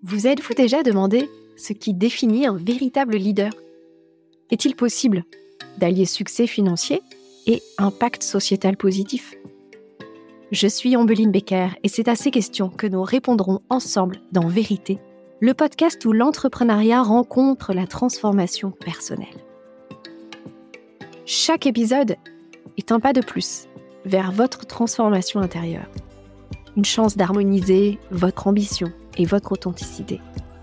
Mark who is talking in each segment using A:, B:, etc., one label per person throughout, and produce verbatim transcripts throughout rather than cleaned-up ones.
A: Vous êtes-vous déjà demandé ce qui définit un véritable leader ? Est-il possible d'allier succès financier et impact sociétal positif ? Je suis Ambeline Becker et c'est à ces questions que nous répondrons ensemble dans Vérité, le podcast où l'entrepreneuriat rencontre la transformation personnelle. Chaque épisode est un pas de plus vers votre transformation intérieure. Une chance d'harmoniser votre ambition et votre authenticité.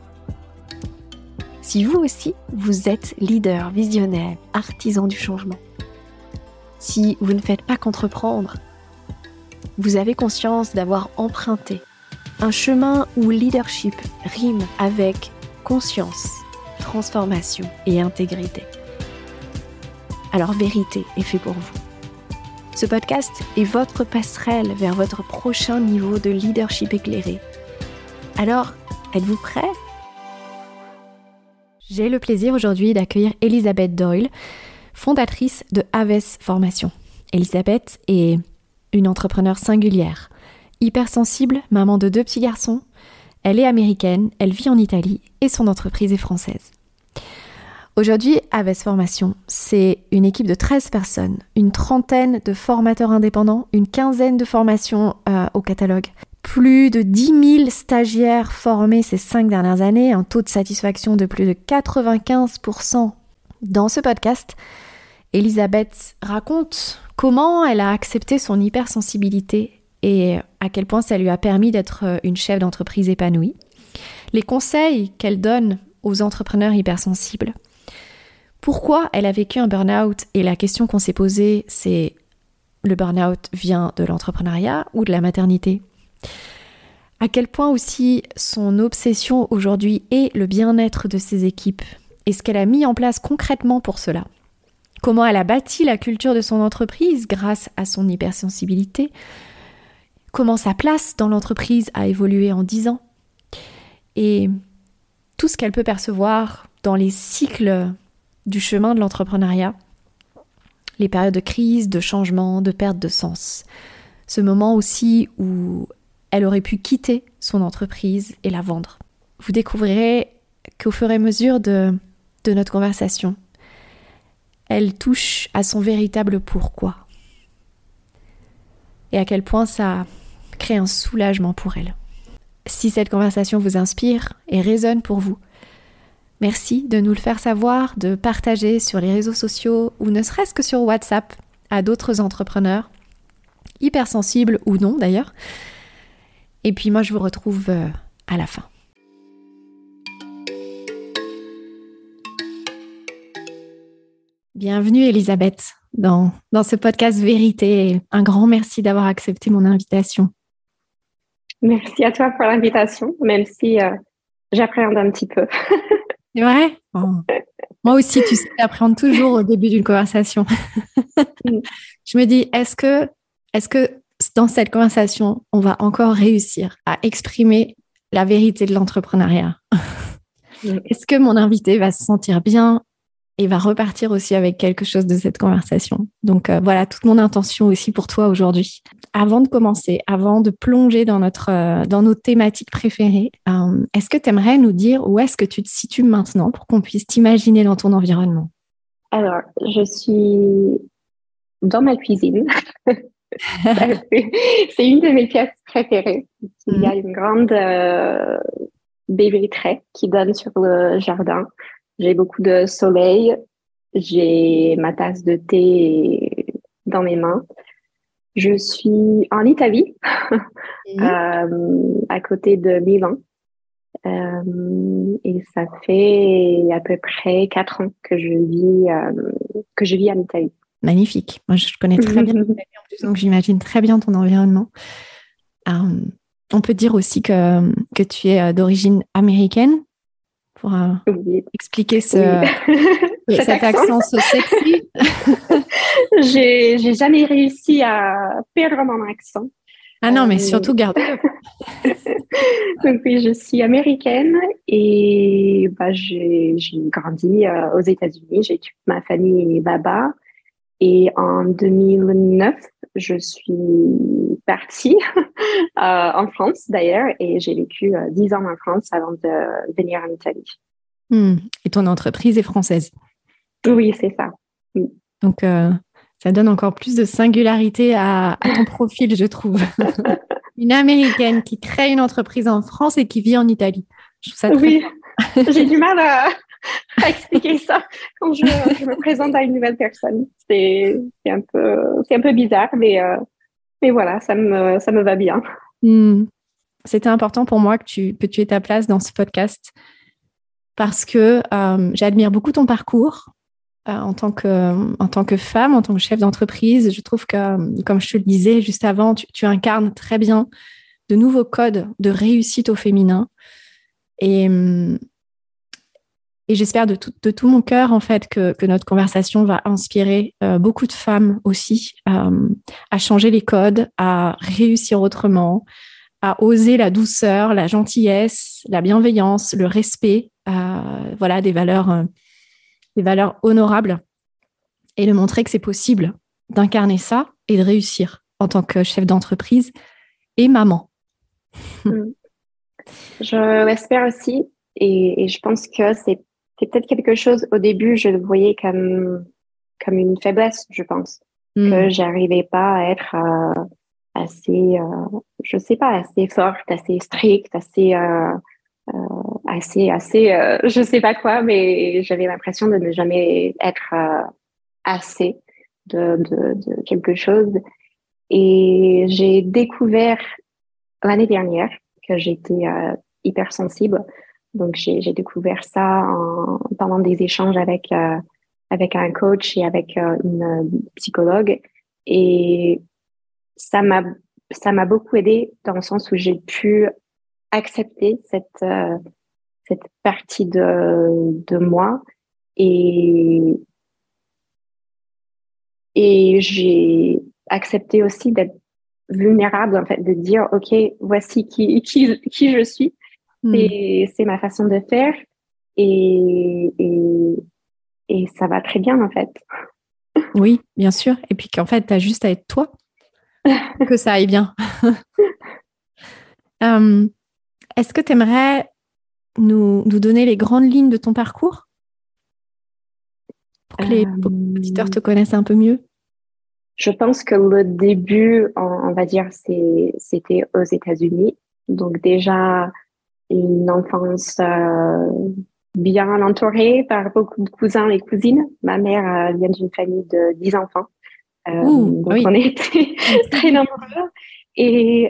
A: Si vous aussi, vous êtes leader, visionnaire, artisan du changement, si vous ne faites pas qu'entreprendre, vous avez conscience d'avoir emprunté un chemin où leadership rime avec conscience, transformation et intégrité. Alors Vérité est fait pour vous. Ce podcast est votre passerelle vers votre prochain niveau de leadership éclairé. Alors, êtes-vous prêts ? J'ai le plaisir aujourd'hui d'accueillir Elisabeth Doyle, fondatrice de Aves Formation. Elisabeth est une entrepreneure singulière, hypersensible, maman de deux petits garçons. Elle est américaine, elle vit en Italie et son entreprise est française. Aujourd'hui, Aves Formation, c'est une équipe de treize personnes, une trentaine de formateurs indépendants, une quinzaine de formations euh, au catalogue, plus de dix mille stagiaires formés ces cinq dernières années, un taux de satisfaction de plus de quatre-vingt-quinze pour cent. Dans ce podcast, Elisabeth raconte comment elle a accepté son hypersensibilité et à quel point ça lui a permis d'être une chef d'entreprise épanouie, les conseils qu'elle donne aux entrepreneurs hypersensibles, pourquoi elle a vécu un burn-out et la question qu'on s'est posée, c'est le burn-out vient de l'entrepreneuriat ou de la maternité ? À quel point aussi son obsession aujourd'hui est le bien-être de ses équipes et ce qu'elle a mis en place concrètement pour cela. Comment elle a bâti la culture de son entreprise grâce à son hypersensibilité. Comment sa place dans l'entreprise a évolué en dix ans. Et tout ce qu'elle peut percevoir dans les cycles du chemin de l'entrepreneuriat, les périodes de crise, de changement, de perte de sens. Ce moment aussi où elle aurait pu quitter son entreprise et la vendre. Vous découvrirez qu'au fur et à mesure de, de notre conversation, elle touche à son véritable pourquoi. Et à quel point ça crée un soulagement pour elle. Si cette conversation vous inspire et résonne pour vous, merci de nous le faire savoir, de partager sur les réseaux sociaux ou ne serait-ce que sur WhatsApp à d'autres entrepreneurs, hypersensibles ou non d'ailleurs. Et puis moi, je vous retrouve à la fin. Bienvenue Elisabeth dans, dans ce podcast Vérité. Un grand merci d'avoir accepté mon invitation.
B: Merci à toi pour l'invitation, même si euh, j'appréhende un petit peu.
A: C'est vrai ? Bon. Moi aussi, tu sais, j'appréhende toujours au début d'une conversation. Je me dis, est-ce que, est-ce que dans cette conversation, on va encore réussir à exprimer la vérité de l'entrepreneuriat ? Est-ce que mon invité va se sentir bien et va repartir aussi avec quelque chose de cette conversation ? Donc euh, voilà, toute mon intention aussi pour toi aujourd'hui. Avant de commencer, avant de plonger dans, notre, euh, dans nos thématiques préférées, euh, est-ce que tu aimerais nous dire où est-ce que tu te situes maintenant pour qu'on puisse t'imaginer dans ton environnement ?
B: Alors, je suis dans ma cuisine. c'est, c'est une de mes pièces préférées. Il y a une grande euh, baie vitrée qui donne sur le jardin. J'ai beaucoup de soleil. J'ai ma tasse de thé dans mes mains. Je suis en Italie, mmh. euh, à côté de Milan. Euh, et ça fait à peu près quatre ans que je vis, euh, que je vis en Italie.
A: Magnifique. Moi, je connais très bien l'Italie en plus, donc j'imagine très bien ton environnement. Euh, on peut dire aussi que, que tu es d'origine américaine pour euh, oui. expliquer ce,
B: oui.
A: cet, cet accent, accent so sexy.
B: j'ai, j'ai jamais réussi à perdre mon accent.
A: Ah non, mais euh, surtout garde-le.
B: Donc oui, je suis américaine et bah, j'ai, j'ai grandi euh, aux États-Unis. J'ai toute ma famille là-bas. Et en deux mille neuf, je suis partie euh, en France d'ailleurs et j'ai vécu euh, dix ans en France avant de venir en Italie.
A: Hmm. Et ton entreprise est française.
B: Oui, c'est ça. Oui.
A: Donc, euh, ça donne encore plus de singularité à, à ton profil, je trouve. Une Américaine qui crée une entreprise en France et qui vit en Italie. Je trouve ça très
B: Oui,
A: fort.
B: j'ai du mal à, à expliquer ça quand je, je me présente à une nouvelle personne. C'est, c'est un peu, c'est un peu bizarre, mais, euh, mais voilà, ça me, ça me va bien.
A: Hmm. C'était important pour moi que tu, que tu aies ta place dans ce podcast parce que euh, j'admire beaucoup ton parcours euh, en tant que, en tant que femme, en tant que chef d'entreprise. Je trouve que, comme je te le disais juste avant, tu, tu incarnes très bien de nouveaux codes de réussite au féminin. Et, et j'espère de tout, de tout mon cœur, en fait, que, que notre conversation va inspirer euh, beaucoup de femmes aussi euh, à changer les codes, à réussir autrement, à oser la douceur, la gentillesse, la bienveillance, le respect, euh, voilà, des valeurs, euh, des valeurs honorables et de montrer que c'est possible d'incarner ça et de réussir en tant que chef d'entreprise et maman.
B: Mm. Je l'espère aussi et, et je pense que c'est, c'est peut-être quelque chose, au début, je le voyais comme, comme une faiblesse, je pense,
A: Mm.
B: que j'arrivais pas à être euh, assez, euh, je sais pas, assez forte, assez stricte, assez, euh, euh, assez, assez, euh, je sais pas quoi, mais j'avais l'impression de ne jamais être euh, assez de, de, de quelque chose. Et j'ai découvert l'année dernière que j'étais euh, hypersensible. Donc, j'ai, j'ai découvert ça en, pendant des échanges avec, euh, avec un coach et avec euh, une psychologue. Et ça m'a, ça m'a beaucoup aidé dans le sens où j'ai pu accepter cette, euh, cette partie de, de moi et, et j'ai accepté aussi d'être vulnérable, en fait, de dire, OK, voici qui, qui, qui je suis.
A: Mm.
B: C'est, c'est ma façon de faire et, et, et ça va très bien, en fait.
A: Oui, bien sûr. Et puis qu'en fait, tu as juste à être toi, que ça aille bien. Euh, est-ce que tu aimerais nous, nous donner les grandes lignes de ton parcours pour que les auditeurs
B: Euh,
A: te connaissent un peu mieux?
B: je pense que le début, on, on va dire, c'est, c'était aux États-Unis. Donc déjà, une enfance euh, bien entourée par beaucoup de cousins et cousines. Ma mère euh, vient d'une famille de dix enfants. Euh,
A: Ouh, ah
B: donc,
A: oui,
B: on était
A: une
B: très
A: tribu.
B: nombreux. Et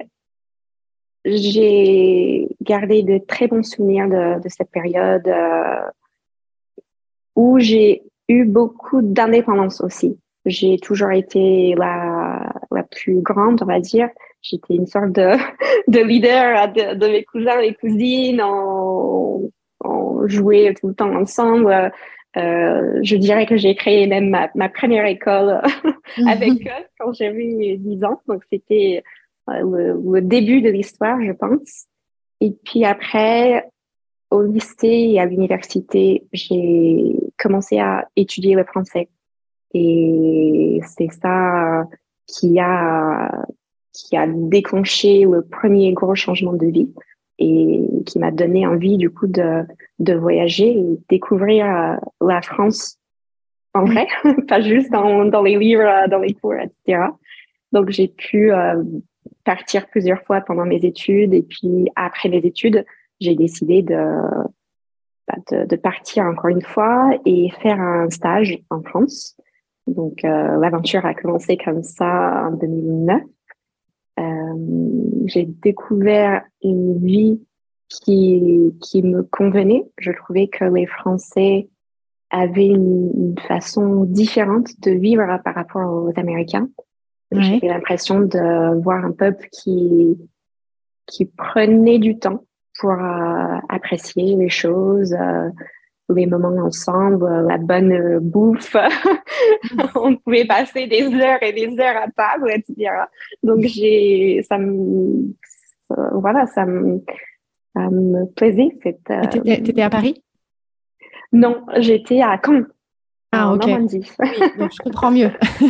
B: j'ai gardé de très bons souvenirs de, de cette période euh, où j'ai eu beaucoup d'indépendance aussi. J'ai toujours été la, la plus grande, on va dire. J'étais une sorte de, de leader de, de mes cousins et cousines. On, on jouait tout le temps ensemble. Euh, je dirais que j'ai créé même ma, ma première école avec eux quand j'avais dix ans. Donc, c'était euh, le, le début de l'histoire, je pense. Et puis après, au lycée et à l'université, j'ai commencé à étudier le français. Et c'est ça qui a, qui a déclenché le premier gros changement de vie et qui m'a donné envie, du coup, de, de voyager et découvrir euh, la France en vrai, pas juste dans, dans les livres, dans les cours, et cetera. Donc, j'ai pu euh, partir plusieurs fois pendant mes études et puis après mes études, j'ai décidé de, bah, de, de partir encore une fois et faire un stage en France. Donc, euh, l'aventure a commencé comme ça en deux mille neuf. Euh, j'ai découvert une vie qui, qui me convenait. Je trouvais que les Français avaient une, une façon différente de vivre par rapport aux Américains.
A: Ouais.
B: J'avais l'impression de voir un peuple qui, qui prenait du temps pour euh, apprécier les choses, euh, les moments ensemble, euh, la bonne euh, bouffe. On pouvait passer des heures et des heures à table, et cetera. Donc j'ai, ça me, ça- voilà, ça me, ça me plaisait. Cette,
A: Et
B: euh,
A: t'étais, t'étais à Paris?
B: Non, j'étais à Caen.
A: Ah,
B: en
A: ok.
B: Normandie.
A: Oui, donc je comprends mieux.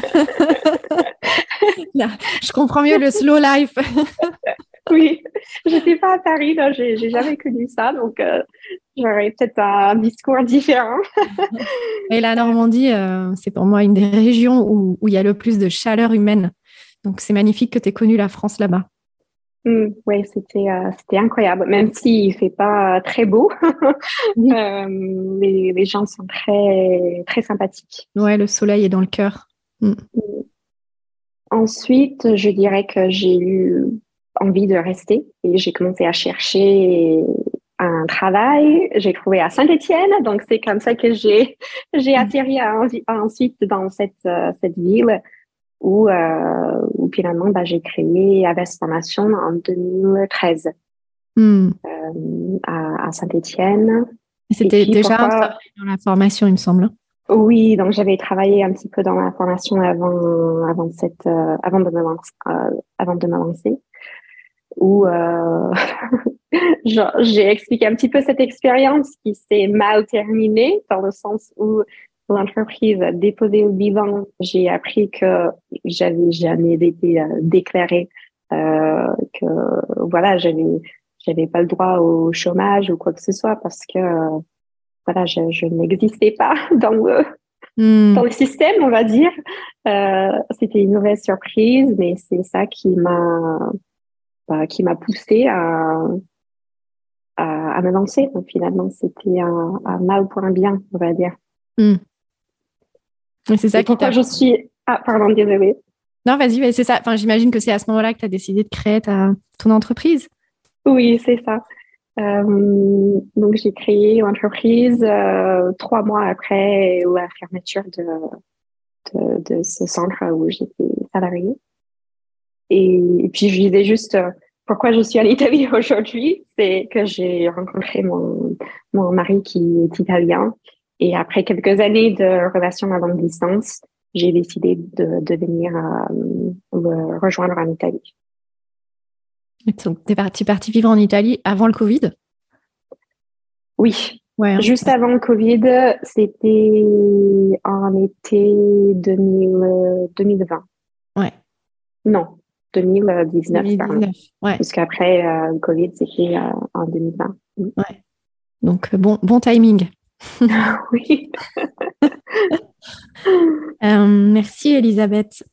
A: Là, je comprends mieux le slow life.
B: Oui, je n'étais pas à Paris, donc j'ai j'ai jamais connu ça, donc euh, j'aurais peut-être un discours différent.
A: Et la Normandie, euh, c'est pour moi une des régions où, où il y a le plus de chaleur humaine. Donc, c'est magnifique que tu aies connu la France là-bas.
B: Mm, oui, c'était euh, c'était incroyable, même s'il fait pas très beau.
A: Oui.
B: Euh, les, les gens sont très très sympathiques.
A: Ouais, le soleil est dans le cœur. Mm.
B: Mm. Ensuite, je dirais que j'ai eu envie de rester et j'ai commencé à chercher un travail. J'ai trouvé à Saint-Étienne, donc c'est comme ça que j'ai j'ai atterri à- ensuite dans cette euh, cette ville où euh, où finalement bah, j'ai créé Aves Formation en deux mille treize
A: Mm.
B: euh, à, à Saint-Étienne.
A: Et
B: Et
A: c'était
B: puis
A: déjà un
B: pourquoi?
A: travail dans la formation, il me semble.
B: Oui, donc j'avais travaillé un petit peu dans la formation avant avant cette euh, avant de me lancer euh, avant de me lancer. Où euh, genre, j'ai expliqué un petit peu cette expérience qui s'est mal terminée dans le sens où l'entreprise a déposé le bilan. J'ai appris que j'avais jamais été euh, déclarée, euh, que voilà, j'avais j'avais pas le droit au chômage ou quoi que ce soit parce que euh, voilà, je, je n'existais pas dans le
A: Mm.
B: dans le système, on va dire. Euh, c'était une mauvaise surprise, mais c'est ça qui m'a bah, qui m'a poussée à, à, à me lancer. Donc finalement, c'était un, un mal pour un bien, on va dire.
A: Mm. Et c'est
B: Et
A: ça qui
B: pourquoi
A: t'a...
B: je suis... Ah, pardon, désolée.
A: Non, vas-y, ouais, c'est ça. Enfin, j'imagine que c'est à ce moment-là que tu as décidé de créer ta, ton entreprise.
B: Oui, c'est ça. Euh, donc j'ai créé l'entreprise euh, trois mois après la fermeture de, de, de ce centre où j'étais salariée. Et, et puis je disais juste euh, pourquoi je suis en Italie aujourd'hui, c'est que j'ai rencontré mon, mon mari qui est italien. Et après quelques années de relation à longue distance, j'ai décidé de, de venir euh, le rejoindre en Italie.
A: Donc, t'es parti, parti vivre en Italie avant le Covid?
B: Oui,
A: Ouais, hein.
B: juste avant le Covid, c'était en été deux mille, deux mille vingt.
A: Ouais,
B: Non, deux mille dix-neuf, pardon.
A: deux mille dix-neuf. Ouais,
B: Puisqu'après euh, le Covid, c'était euh, en deux mille vingt.
A: ouais. Donc, euh, bon, bon timing.
B: Oui.
A: Euh, merci, Elisabeth.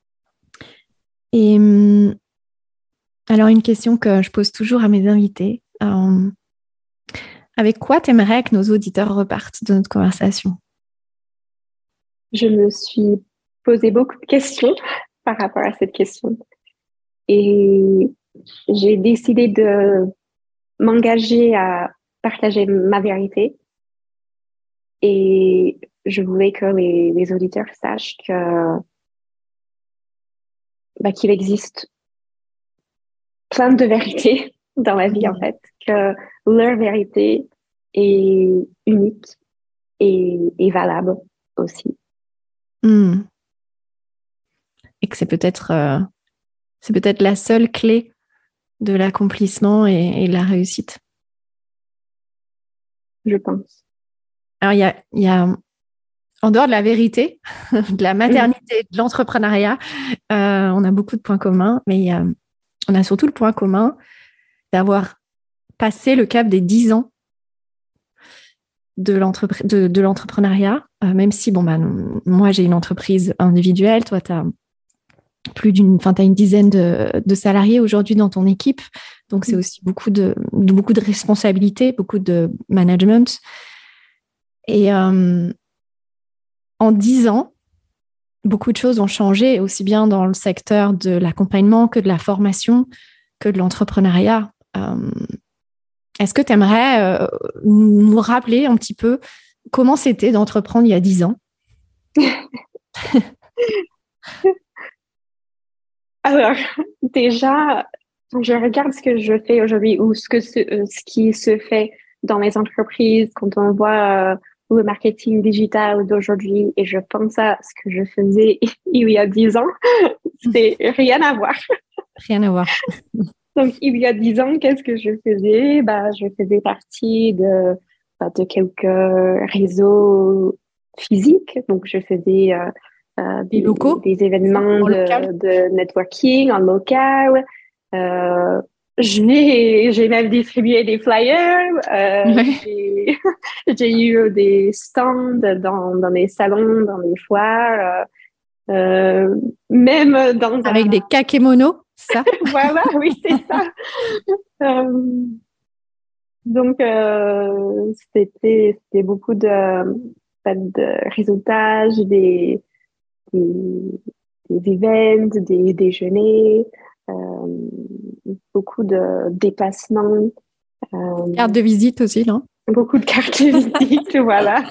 A: Et hum, alors, une question que je pose toujours à mes invités. Euh, avec quoi t'aimerais que nos auditeurs repartent de notre conversation?
B: Je me suis posé beaucoup de questions par rapport à cette question. Et j'ai décidé de m'engager à partager ma vérité. Et je voulais que les, les auditeurs sachent que, bah, qu'il existe plein de vérités dans la vie, en
A: Mm.
B: fait, que leur vérité est unique et, et valable aussi.
A: Mm. Et que c'est peut-être euh, c'est peut-être la seule clé de l'accomplissement et, et de la réussite.
B: Je pense.
A: Alors, il y a, il y a, en dehors de la vérité, de la
B: Mm.
A: maternité, de l'entrepreneuriat, euh, on a beaucoup de points communs, mais il y a, on a surtout le point commun d'avoir passé le cap des dix ans de, l'entrepre- de, de l'entrepreneuriat, euh, même si, bon, bah, non, moi, j'ai une entreprise individuelle, toi, tu as plus d'une, enfin, tu as une dizaine de, de salariés aujourd'hui dans ton équipe, donc c'est aussi beaucoup de, de, beaucoup de responsabilités, beaucoup de management. Et euh, en dix ans, beaucoup de choses ont changé, aussi bien dans le secteur de l'accompagnement que de la formation, que de l'entrepreneuriat. Euh, est-ce que tu aimerais euh, nous rappeler un petit peu comment c'était d'entreprendre il y a dix ans?
B: Alors, déjà, quand je regarde ce que je fais aujourd'hui ou ce que ce, euh, ce qui se fait dans les entreprises, quand on voit euh, le marketing digital d'aujourd'hui et je pense à ce que je faisais il y a dix ans, c'est rien à voir.
A: Rien à voir.
B: Donc, il y a dix ans, qu'est-ce que je faisais? Bah, je faisais partie de, bah, de quelques réseaux physiques. Donc, je faisais euh, euh, des,
A: locaux,
B: des événements de, de networking en local. Euh, j'ai, j'ai même distribué des flyers. Euh,
A: ouais.
B: j'ai, j'ai eu des stands dans, dans des salons, dans des foires. Euh, euh, même dans
A: Avec
B: un...
A: des kakémonos, ça.
B: Voilà, oui, c'est ça. Euh, donc, euh, c'était, c'était beaucoup de, de réseautage, des, des, des events, des déjeuners, euh, beaucoup de déplacements, euh,
A: Carte de visite aussi, non?
B: beaucoup de cartes de visite, voilà.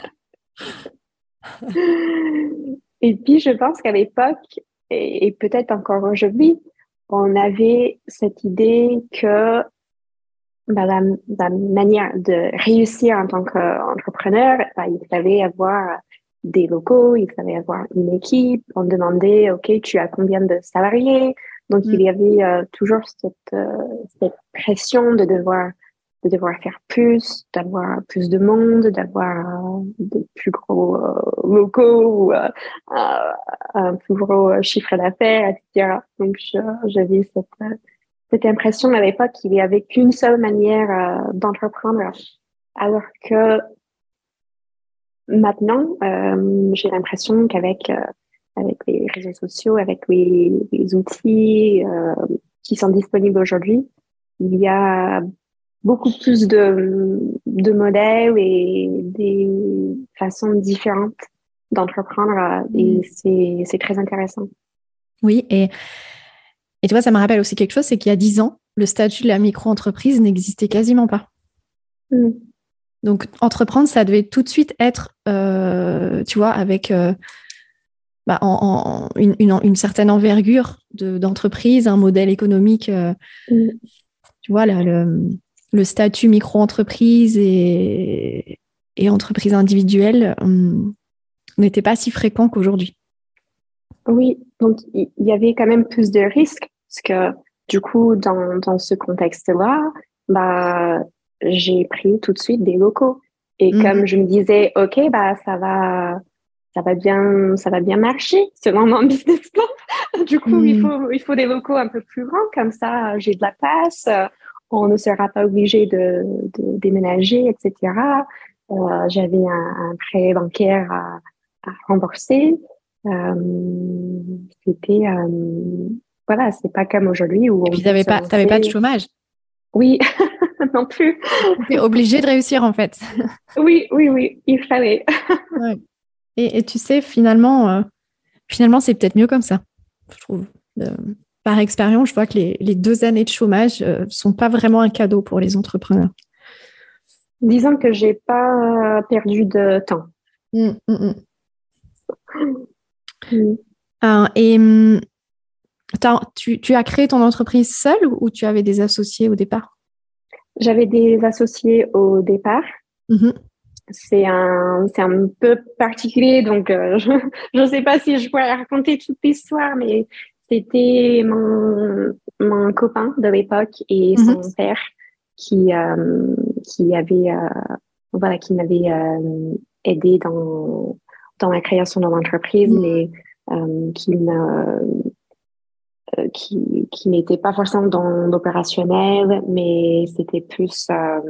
B: Et puis, je pense qu'à l'époque, et, et peut-être encore aujourd'hui, on avait cette idée que bah, la, la manière de réussir en tant qu'entrepreneur, bah, il fallait avoir des locaux, il fallait avoir une équipe. On demandait, OK, tu as combien de salariés? Donc,
A: Mm.
B: il y avait euh, toujours cette, euh, cette pression de devoir, de devoir faire plus, d'avoir plus de monde, d'avoir euh, de plus gros euh, locaux ou euh, euh, un plus gros chiffre d'affaires, et cetera. Donc, je, j'avais cette, euh, cette impression à l'époque qu'il n'y avait qu'une seule manière euh, d'entreprendre, alors que maintenant, euh, j'ai l'impression qu'avec euh, avec les réseaux sociaux, avec les, les outils euh, qui sont disponibles aujourd'hui, il y a beaucoup plus de, de modèles et des façons différentes d'entreprendre euh, et c'est, c'est très intéressant.
A: Oui, et, et tu vois, ça me rappelle aussi quelque chose, c'est qu'il y a dix ans, le statut de la micro-entreprise n'existait quasiment pas.
B: Mm.
A: Donc, entreprendre, ça devait tout de suite être, euh, tu vois, avec euh, bah, en, en une, une, une certaine envergure de, d'entreprise, un modèle économique, euh,
B: Mm.
A: tu vois, là, le, le statut micro-entreprise et, et entreprise individuelle hum, n'était pas si fréquent qu'aujourd'hui.
B: Oui, donc il y, y avait quand même plus de risques parce que du coup, dans, dans ce contexte-là, bah, j'ai pris tout de suite des locaux. Et
A: Mmh.
B: comme je me disais, OK, bah, ça va, ça va bien, ça va bien marcher selon mon business plan. Du coup, il
A: Mmh.
B: faut, il faut des locaux un peu plus grands, comme ça, j'ai de la place, euh, on ne sera pas obligé de, de déménager, et cetera. Euh, j'avais un, un prêt bancaire à, à rembourser. Euh, c'était, euh, voilà, c'est pas comme aujourd'hui où
A: Et
B: on
A: puis, tu
B: peut
A: n'avais
B: se
A: pas, t'avais pas de
B: lancer.
A: chômage.
B: Oui, non plus.
A: Tu es obligé de réussir, en fait.
B: Oui, oui, oui, il fallait.
A: Ouais. Et, et tu sais, finalement, euh, finalement, c'est peut-être mieux comme ça, je trouve. Euh, par expérience, je vois que les, les deux années de chômage ne euh, sont pas vraiment un cadeau pour les entrepreneurs.
B: Disons que j'ai pas perdu de temps.
A: Mmh, mmh,
B: Mm.
A: mmh. Et hum, tu, tu as créé ton entreprise seule ou, ou tu avais des associés au départ?
B: J'avais des associés au départ.
A: Mmh.
B: C'est un, c'est un peu particulier, donc euh, je ne sais pas si je pourrais raconter toute l'histoire, mais c'était mon, mon copain de l'époque et
A: Mmh.
B: son père qui, euh, qui avait, euh, voilà, qui m'avait euh, aidé dans, dans la création de l'entreprise, mais euh, qui ne, euh, qui, qui n'était pas forcément dans l'opérationnel, mais c'était plus euh,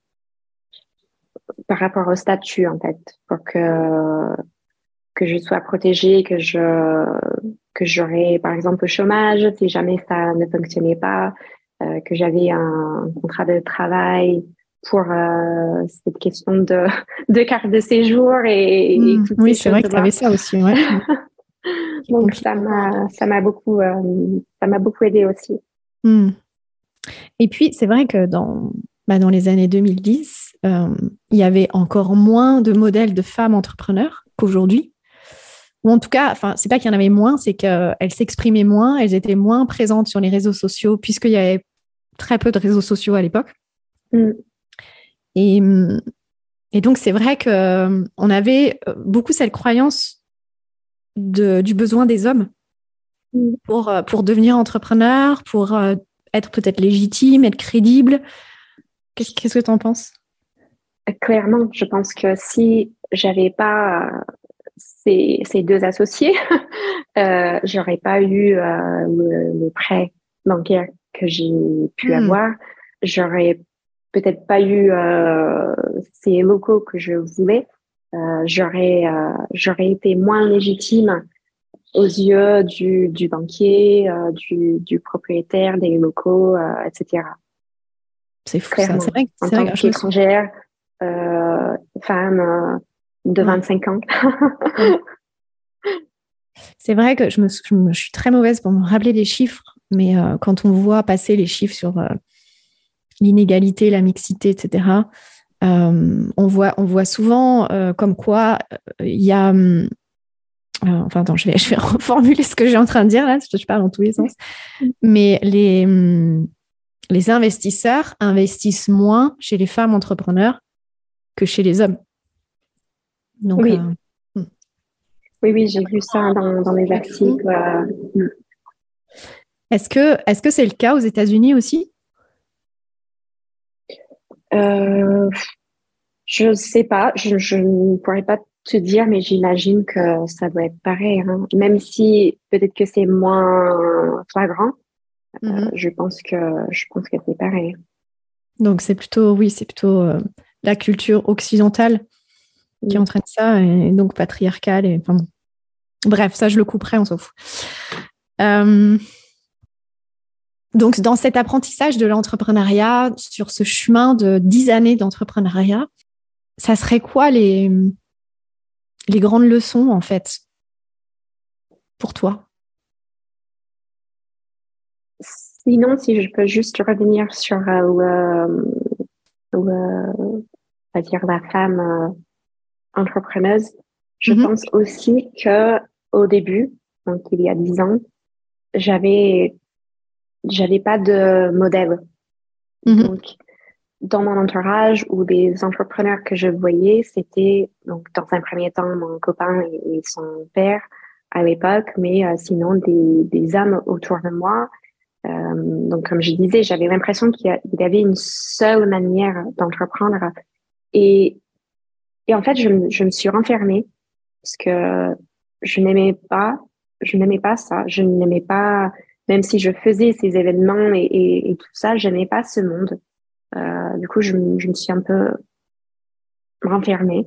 B: par rapport au statut, en fait, pour que, que je sois protégée, que je, que j'aurais, par exemple, le chômage si jamais ça ne fonctionnait pas, euh, que j'avais un contrat de travail pour euh, cette question de, de carte de séjour et, et
A: Mmh.
B: toutes
A: Oui,
B: ces
A: c'est vrai que tu avais
B: choses-là.
A: ça aussi, ouais. C'est
B: Donc,
A: compliqué.
B: ça m'a, ça m'a beaucoup, euh, ça m'a beaucoup aidé aussi.
A: Mmh. Et puis, c'est vrai que dans, bah, dans les années deux mille dix, euh, il y avait encore moins de modèles de femmes entrepreneurs qu'aujourd'hui. Ou en tout cas, enfin, c'est pas qu'il y en avait moins, c'est qu'elles s'exprimaient moins, elles étaient moins présentes sur les réseaux sociaux, puisqu'il y avait très peu de réseaux sociaux à l'époque.
B: Mm.
A: Et, et donc, c'est vrai qu'on avait beaucoup cette croyance de, du besoin des hommes
B: Mm.
A: pour, pour devenir entrepreneur, pour être peut-être légitime, être crédible. Qu'est-ce, qu'est-ce que tu en penses?
B: Clairement, je pense que si j'avais pas ces, ces deux associés, euh, j'aurais pas eu euh, le, le prêt bancaire que j'ai pu mmh. avoir. J'aurais peut-être pas eu euh, ces locaux que je voulais. Euh, j'aurais, euh, j'aurais été moins légitime aux yeux du, du banquier, euh, du, du propriétaire des locaux, euh, et cetera.
A: C'est fou ça. C'est vrai,
B: en
A: c'est
B: tant
A: vrai
B: qu'étrangère, euh, femme euh, de ouais. vingt-cinq ans.
A: C'est vrai que je, me, je, me, je suis très mauvaise pour me rappeler des chiffres, mais euh, quand on voit passer les chiffres sur euh, l'inégalité, la mixité, et cetera, euh, on, voit, on voit souvent euh, comme quoi il euh, y a... Euh, enfin, attends, je vais, je vais reformuler ce que j'ai en train de dire là, parce que je parle dans tous les sens. Mais les, les investisseurs investissent moins chez les femmes entrepreneurs que chez les hommes. Donc,
B: oui.
A: Euh,
B: Oui, oui, j'ai vu ça dans, dans les articles. Euh...
A: Est-ce que, est-ce que c'est le cas aux États-Unis aussi?
B: euh, Je ne sais pas, je, je ne pourrais pas te dire, mais j'imagine que ça doit être pareil. Hein. Même si peut-être que c'est moins flagrant, mm-hmm. euh, je pense que je pense que c'est pareil.
A: Donc c'est plutôt, oui, c'est plutôt euh, la culture occidentale mm. qui entraîne ça, et donc patriarcale. Et, enfin, bon. Bref, ça je le couperai, on s'en fout. Euh, donc dans cet apprentissage de l'entrepreneuriat, sur ce chemin de dix années d'entrepreneuriat, ça serait quoi les, les grandes leçons en fait pour toi?
B: Sinon, si je peux juste revenir sur euh, le, le, à dire la femme euh, entrepreneuse, je mm-hmm. pense aussi que au début, donc il y a dix ans, j'avais j'avais pas de modèle. Mm-hmm. Donc dans mon entourage ou des entrepreneurs que je voyais, c'était donc dans un premier temps mon copain et, et son père à l'époque, mais euh, sinon des, des hommes autour de moi. Euh, donc comme je disais, j'avais l'impression qu'il y avait une seule manière d'entreprendre et et en fait je, je me suis renfermée parce que je n'aimais pas, je n'aimais pas ça, je n'aimais pas, même si je faisais ces événements et, et, et tout ça, je n'aimais pas ce monde. Euh, du coup, je, je me suis un peu renfermée.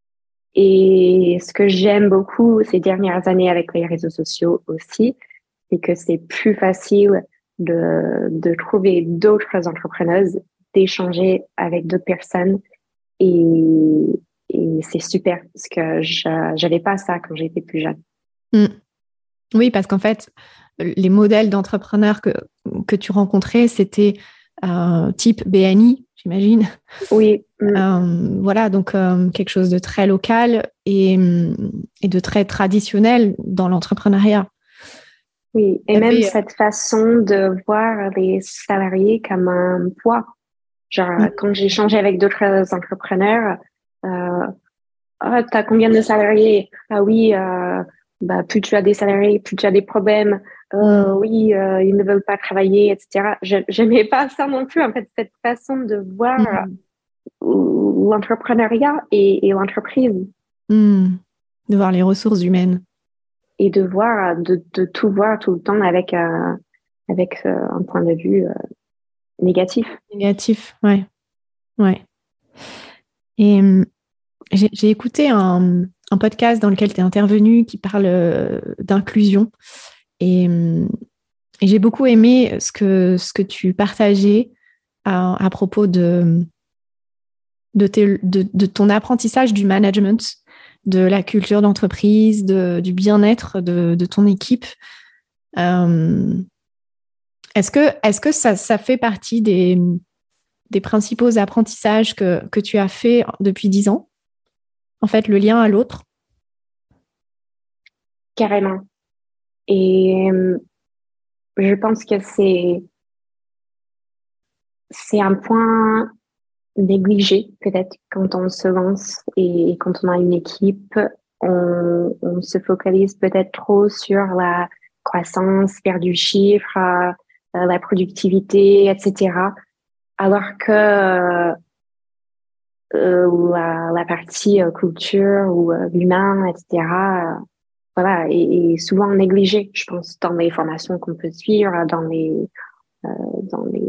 B: Et ce que j'aime beaucoup ces dernières années avec les réseaux sociaux aussi, c'est que c'est plus facile de, de trouver d'autres entrepreneuses, d'échanger avec d'autres personnes. Et, et c'est super parce que je n'avais pas ça quand j'étais plus jeune.
A: Mmh. Oui, parce qu'en fait, les modèles d'entrepreneurs que, que tu rencontrais, c'était euh, type B N I, j'imagine.
B: Oui.
A: Mmh. Euh, voilà, donc euh, quelque chose de très local et, et de très traditionnel dans l'entrepreneuriat.
B: Oui, et même cette façon de voir les salariés comme un poids. Genre, mmh. quand j'ai échangé avec d'autres entrepreneurs, euh, ah, t'as combien de salariés? Ah oui, euh, bah, plus tu as des salariés, plus tu as des problèmes. Euh, mmh. Oui, euh, ils ne veulent pas travailler, et cetera. J'aimais pas ça non plus, en fait, cette façon de voir mmh. l'entrepreneuriat et, et l'entreprise.
A: Mmh. De voir les ressources humaines.
B: Et de voir, de, de tout voir tout le temps avec, euh, avec euh, un point de vue euh, négatif.
A: Négatif, ouais. Ouais. Et euh, j'ai, j'ai écouté un, un podcast dans lequel tu es intervenu qui parle euh, d'inclusion. Et, euh, et j'ai beaucoup aimé ce que, ce que tu partageais à, à propos de, de, tes, de, de ton apprentissage du management, de la culture d'entreprise, de, du bien-être de, de ton équipe. Euh, est-ce que, est-ce que ça, ça fait partie des, des principaux apprentissages que, que tu as fait depuis dix ans? En fait, le lien à l'autre?
B: Carrément. Et euh, je pense que c'est, c'est un point négligé peut-être quand on se lance et quand on a une équipe. On, on se focalise peut-être trop sur la croissance, faire du chiffre, euh, la productivité, et cetera. Alors que euh, la, la partie euh, culture ou euh, humain, et cetera euh, voilà, est, est souvent négligée, je pense, dans les formations qu'on peut suivre, dans les, euh, dans les,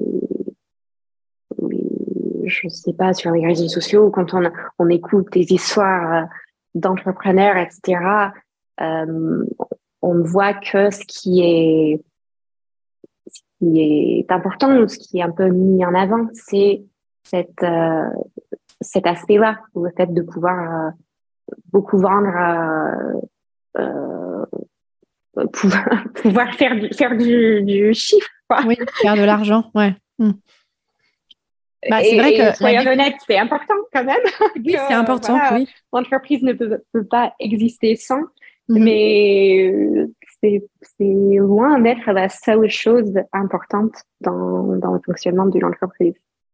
B: les, je sais pas, sur les réseaux sociaux, quand on, on écoute des histoires euh, d'entrepreneurs, et cetera Euh, on ne voit que ce qui est, ce qui est important, ce qui est un peu mis en avant, c'est cette, euh, cet aspect-là, le fait de pouvoir euh, beaucoup vendre, euh, euh, pouvoir, pouvoir faire du, faire du, du chiffre, quoi.
A: Oui, faire de l'argent, ouais. Hmm. Bah, c'est vrai
B: Et, et
A: que la
B: soyons
A: dé-
B: honnêtes, c'est important quand même
A: oui, c'est
B: que
A: important,
B: voilà,
A: oui.
B: l'entreprise ne peut, peut pas exister sans,
A: Mhm.
B: mais euh, c'est, c'est loin d'être la seule chose importante dans, dans le fonctionnement d'une entreprise.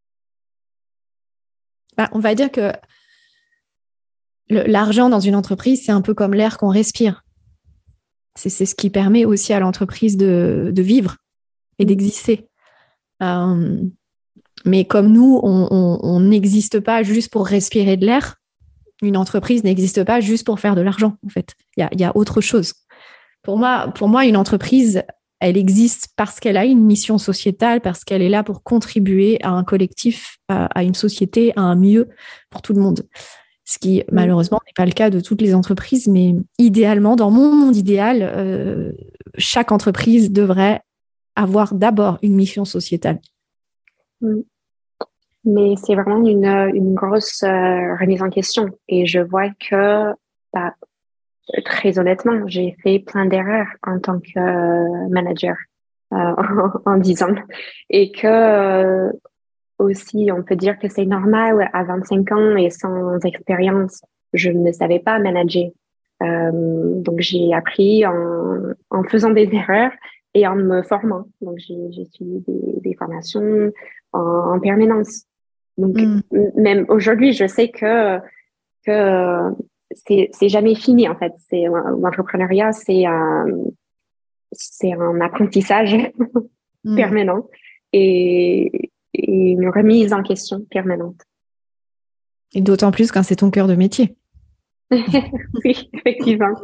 A: Bah, on va dire que le- l'argent dans une entreprise, c'est un peu comme l'air qu'on respire. C'est, c'est ce qui permet aussi à l'entreprise de, de vivre et
B: Mm.
A: d'exister. Euh, mais comme nous, on on- on n'existe pas juste pour respirer de l'air, une entreprise n'existe pas juste pour faire de l'argent, en fait. Il y a, il y a autre chose. Pour moi, pour moi, une entreprise, elle existe parce qu'elle a une mission sociétale, parce qu'elle est là pour contribuer à un collectif, à, à une société, à un mieux pour tout le monde. Ce qui,
B: Mm.
A: malheureusement, n'est pas le cas de toutes les entreprises, mais idéalement, dans mon monde idéal, euh, chaque entreprise devrait avoir d'abord une mission sociétale.
B: Mm. Mais c'est vraiment une, une grosse euh, remise en question. Et je vois que, bah, très honnêtement, j'ai fait plein d'erreurs en tant que euh, manager euh, en, en dix ans. Et que euh, aussi, on peut dire que c'est normal à vingt-cinq ans et sans expérience, je ne savais pas manager. Euh, donc, j'ai appris en, en faisant des erreurs et en me formant. Donc, j'ai, j'ai suivi des, des formations en, en permanence. Donc,
A: Mm.
B: m- même aujourd'hui, je sais que, que euh, c'est, c'est jamais fini, en fait. C'est, l'entrepreneuriat, c'est un, c'est un apprentissage
A: Mm.
B: permanent et, et une remise en question permanente.
A: Et d'autant plus quand c'est ton cœur de métier.
B: Oui, effectivement.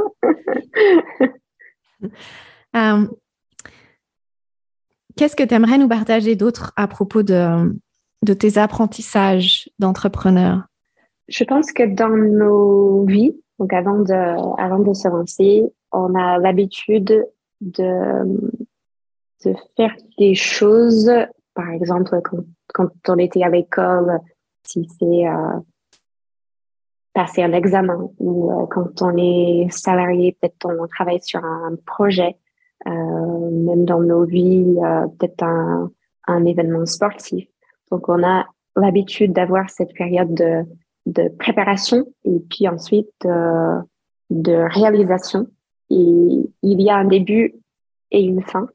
A: Euh, Qu'est-ce que tu aimerais nous partager d'autre à propos de, de tes apprentissages d'entrepreneur?
B: Je pense que dans nos vies, donc avant de, avant de se lancer, on a l'habitude de, de faire des choses, par exemple, quand, quand on était à l'école, si c'est euh, passer un examen ou euh, quand on est salarié, peut-être on travaille sur un projet, euh, même dans nos vies, euh, peut-être un, un événement sportif. Donc, on a l'habitude d'avoir cette période de, de préparation et puis ensuite de, de réalisation. Et il y a un début et une fin.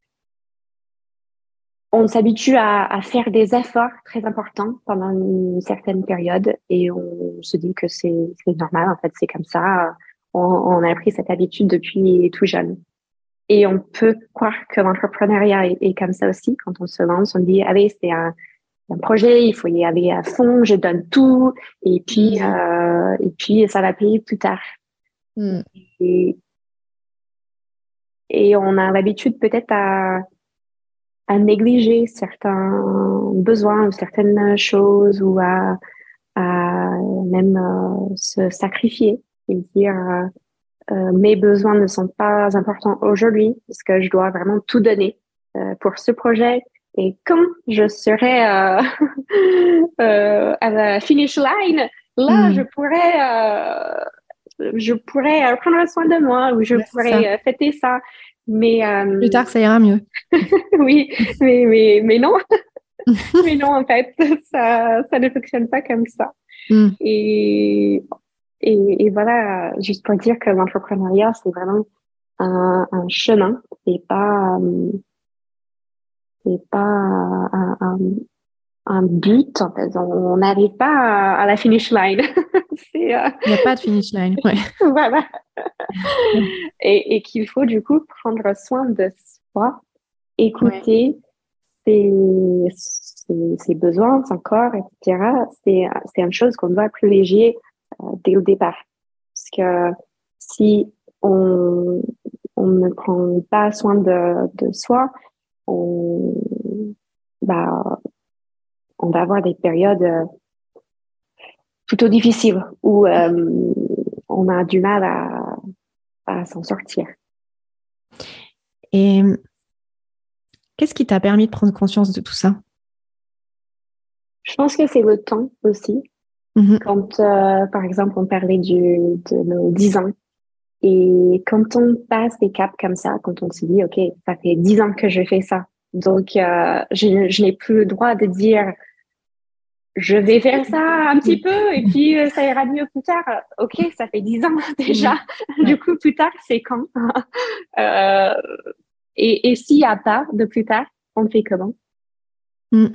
B: On s'habitue à, à faire des efforts très importants pendant une certaine période et on se dit que c'est c'est normal, en fait, c'est comme ça. On, on a pris cette habitude depuis tout jeune. Et on peut croire que l'entrepreneuriat est, est comme ça aussi. Quand on se lance, on dit, allez, c'est un, un projet, il faut y aller à fond, je donne tout, et puis,
A: Mm.
B: euh, et puis ça va payer plus tard.
A: Mm.
B: Et, et on a l'habitude peut-être à à négliger certains besoins ou certaines choses ou à, à même euh, se sacrifier et dire euh, euh, mes besoins ne sont pas importants aujourd'hui parce que je dois vraiment tout donner euh, pour ce projet et quand je serai euh, euh, à la finish line, là je
A: Mm.
B: pourrais euh, je pourrais euh, prendre soin de moi ou je
A: Ouais, c'est ça.
B: pourrais euh, fêter ça mais
A: Plus
B: euh,
A: tard, ça ira mieux.
B: oui mais mais mais non. Mais non, en fait, ça, ça ne fonctionne pas comme ça.
A: Mm.
B: Et, et, et voilà, juste pour dire que l'entrepreneuriat, c'est vraiment un, un chemin, c'est pas, euh, c'est pas un, un, un but, en fait. On n'arrive pas à, à la finish line. C'est, euh,
A: Il n'y a pas de finish line. Ouais.
B: voilà. Et, et qu'il faut, du coup, prendre soin de soi,
A: Ouais.
B: écouter ses, ses, ses besoins, son corps, et cetera, c'est, c'est une chose qu'on doit privilégier euh, dès le départ. Parce que si on, on ne prend pas soin de, de soi, on, bah, on va avoir des périodes euh, plutôt difficiles où euh, on a du mal à, à s'en sortir.
A: Et qu'est-ce qui t'a permis de prendre conscience de tout ça?
B: Je pense que c'est le temps aussi. Mm-hmm. Quand, euh, par exemple, on parlait du, de nos dix ans, et quand on passe des caps comme ça, quand on se dit, OK, ça fait dix ans que je fais ça, donc euh, je, je n'ai plus le droit de dire, je vais faire ça un petit peu et puis euh, ça ira mieux plus tard. OK, ça fait dix ans déjà. Mmh. Du coup, plus tard, c'est quand euh, Et, et s'il n'y a pas de plus tard, on fait comment? Mmh.